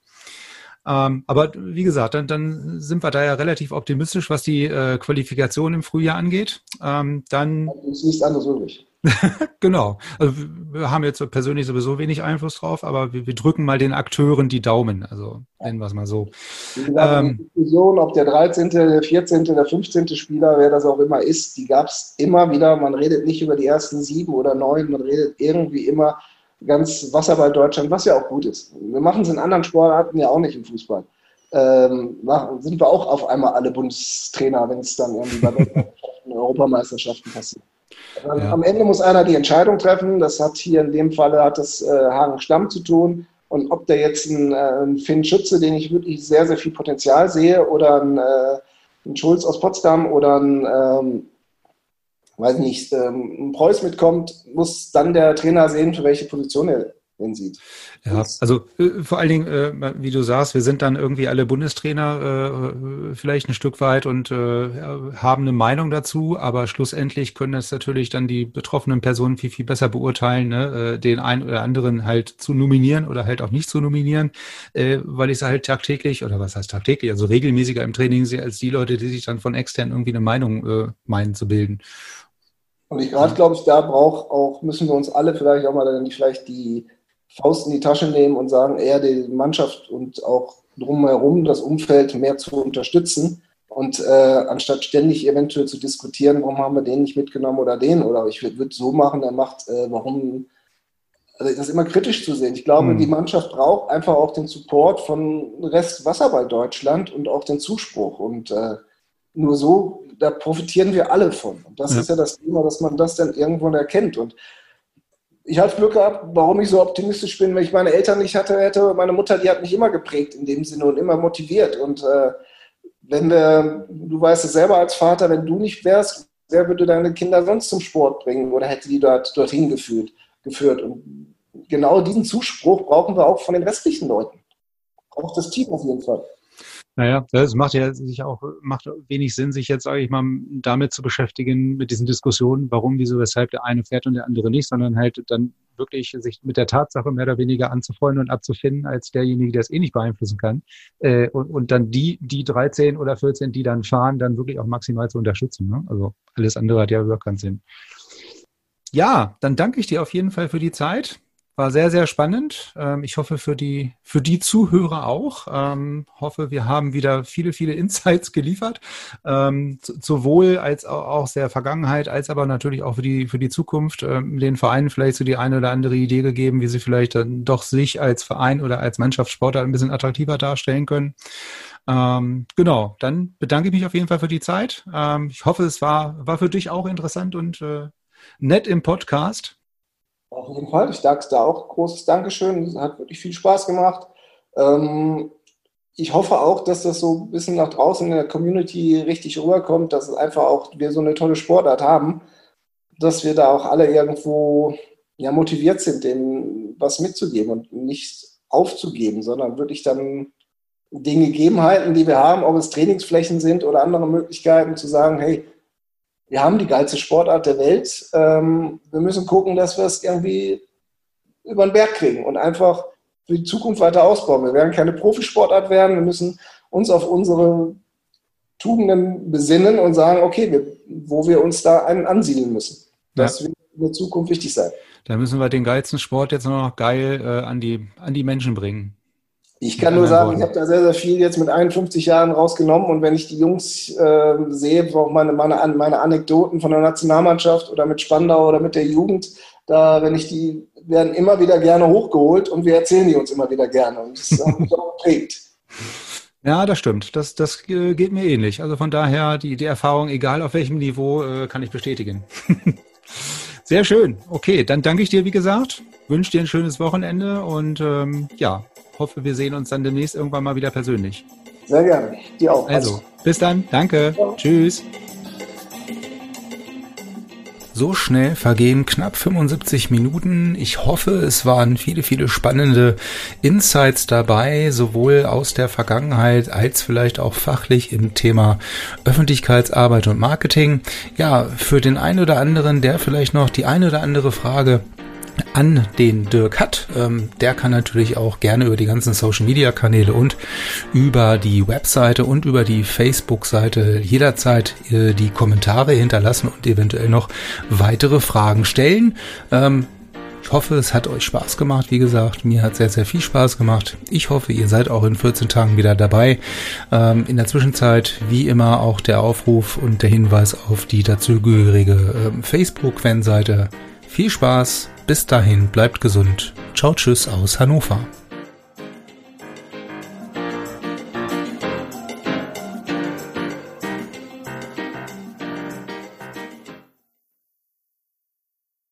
S2: Ähm, aber wie gesagt, dann, dann sind wir da ja relativ optimistisch, was die äh, Qualifikation im Frühjahr angeht. Ähm, dann
S3: das ist nichts anderes möglich.
S2: Genau. Also wir haben jetzt persönlich sowieso wenig Einfluss drauf, aber wir, wir drücken mal den Akteuren die Daumen. Also nennen wir es mal so.
S3: Wie gesagt, ähm, die Diskussion, ob der dreizehnte, der vierzehnte, der fünfzehnte Spieler, wer das auch immer ist, die gab es immer wieder. Man redet nicht über die ersten sieben oder neun, man redet irgendwie immer ganz Wasserball Deutschland, was ja auch gut ist. Wir machen es in anderen Sportarten ja auch nicht im Fußball. Ähm, machen, sind wir auch auf einmal alle Bundestrainer, wenn es dann irgendwie bei Weltmeisterschaften, Europameisterschaften passiert. Ja. Am Ende muss einer die Entscheidung treffen. Das hat hier in dem Falle hat das äh, Hagen Stamm zu tun. Und ob der jetzt ein, äh, ein Finn Schütze, den ich wirklich sehr, sehr viel Potenzial sehe, oder ein, äh, ein Schulz aus Potsdam oder ein, ähm, weiß nicht, ähm, ein Preuß mitkommt, muss dann der Trainer sehen, für welche Position er den sieht.
S2: Ja, also äh, vor allen Dingen, äh, wie du sagst, wir sind dann irgendwie alle Bundestrainer äh, vielleicht ein Stück weit und äh, haben eine Meinung dazu, aber schlussendlich können das natürlich dann die betroffenen Personen viel, viel besser beurteilen, ne? äh, den einen oder anderen halt zu nominieren oder halt auch nicht zu nominieren, äh, weil ich es halt tagtäglich, oder was heißt tagtäglich, also regelmäßiger im Training sehe, als die Leute, die sich dann von extern irgendwie eine Meinung äh, meinen zu bilden.
S3: Und ich gerade glaube ich, da braucht auch, müssen wir uns alle vielleicht auch mal dann vielleicht die Faust in die Tasche nehmen und sagen, eher die Mannschaft und auch drumherum das Umfeld mehr zu unterstützen und äh, anstatt ständig eventuell zu diskutieren, warum haben wir den nicht mitgenommen oder den, oder ich würde würd so machen, der macht, äh, warum, also das immer kritisch zu sehen. Ich glaube, hm. die Mannschaft braucht einfach auch den Support von Rest Wasserball Deutschland und auch den Zuspruch und äh, nur so, da profitieren wir alle von. Und das ja. ist ja das Thema, dass man das dann irgendwann erkennt. Und ich habe Glück gehabt, warum ich so optimistisch bin, wenn ich meine Eltern nicht hatte, hätte meine Mutter, die hat mich immer geprägt in dem Sinne und immer motiviert. Und äh, wenn wir, du weißt es selber als Vater, wenn du nicht wärst, wer würde deine Kinder sonst zum Sport bringen oder hätte die dort, dorthin geführt, geführt? Und genau diesen Zuspruch brauchen wir auch von den restlichen Leuten. Auch das Team auf jeden Fall.
S2: Naja, es macht ja sich auch, macht wenig Sinn, sich jetzt, sage ich mal, damit zu beschäftigen, mit diesen Diskussionen, warum, wieso, weshalb der eine fährt und der andere nicht, sondern halt dann wirklich sich mit der Tatsache mehr oder weniger anzufreunden und abzufinden, als derjenige, der es eh nicht beeinflussen kann. Äh, und, und dann die, die dreizehn oder vierzehn, die dann fahren, dann wirklich auch maximal zu unterstützen. Ne? Also alles andere hat ja überhaupt keinen Sinn. Ja, dann danke ich dir auf jeden Fall für die Zeit. War sehr, sehr spannend. Ich hoffe für die, für die Zuhörer auch. Ähm, hoffe, wir haben wieder viele, viele Insights geliefert. Ähm, sowohl als auch aus der Vergangenheit, als aber natürlich auch für die, für die Zukunft. Ähm, den Vereinen vielleicht so die eine oder andere Idee gegeben, wie sie vielleicht dann doch sich als Verein oder als Mannschaftssportler ein bisschen attraktiver darstellen können. Ähm, genau. Dann bedanke ich mich auf jeden Fall für die Zeit. Ähm, ich hoffe, es war, war für dich auch interessant und äh, nett im Podcast.
S3: Auf jeden Fall, ich sage da auch großes Dankeschön, es hat wirklich viel Spaß gemacht. Ähm, ich hoffe auch, dass das so ein bisschen nach draußen in der Community richtig rüberkommt, dass es einfach auch wir so eine tolle Sportart haben, dass wir da auch alle irgendwo ja, motiviert sind, denen was mitzugeben und nicht aufzugeben, sondern wirklich dann den Gegebenheiten, die wir haben, ob es Trainingsflächen sind oder andere Möglichkeiten, zu sagen, hey, wir haben die geilste Sportart der Welt. Ähm, wir müssen gucken, dass wir es irgendwie über den Berg kriegen und einfach für die Zukunft weiter ausbauen. Wir werden keine Profisportart werden. Wir müssen uns auf unsere Tugenden besinnen und sagen, okay, wir, wo wir uns da einen ansiedeln müssen. Das ja. wird in der Zukunft wichtig sein.
S2: Da müssen wir den geilsten Sport jetzt nur noch geil äh, an die, an die Menschen bringen.
S3: Ich kann nur sagen, ich habe da sehr, sehr viel jetzt mit einundfünfzig Jahren rausgenommen und wenn ich die Jungs äh, sehe, auch meine, meine, meine Anekdoten von der Nationalmannschaft oder mit Spandau oder mit der Jugend, da, wenn ich die, werden immer wieder gerne hochgeholt und wir erzählen die uns immer wieder gerne und das hat mich auch geprägt.
S2: Ja, das stimmt. Das, das äh, geht mir ähnlich. Also von daher, die, die Erfahrung, egal auf welchem Niveau, äh, kann ich bestätigen. Sehr schön. Okay, dann danke ich dir, wie gesagt. Wünsche dir ein schönes Wochenende und ähm, ja, hoffe, wir sehen uns dann demnächst irgendwann mal wieder persönlich.
S3: Sehr gerne. Dir auch.
S2: Also, bis dann. Danke. Ja. Tschüss. So schnell vergehen knapp fünfundsiebzig Minuten. Ich hoffe, es waren viele, viele spannende Insights dabei, sowohl aus der Vergangenheit als vielleicht auch fachlich im Thema Öffentlichkeitsarbeit und Marketing. Ja, für den einen oder anderen, der vielleicht noch die eine oder andere Frage an den Dirk hat, ähm, der kann natürlich auch gerne über die ganzen Social-Media-Kanäle und über die Webseite und über die Facebook-Seite jederzeit äh, die Kommentare hinterlassen und eventuell noch weitere Fragen stellen. Ähm, ich hoffe, es hat euch Spaß gemacht. Wie gesagt, mir hat sehr, sehr viel Spaß gemacht. Ich hoffe, ihr seid auch in vierzehn Tagen wieder dabei. Ähm, in der Zwischenzeit, wie immer, auch der Aufruf und der Hinweis auf die dazugehörige ähm, Facebook-Fanseite. Viel Spaß, bis dahin, bleibt gesund. Ciao, tschüss aus Hannover.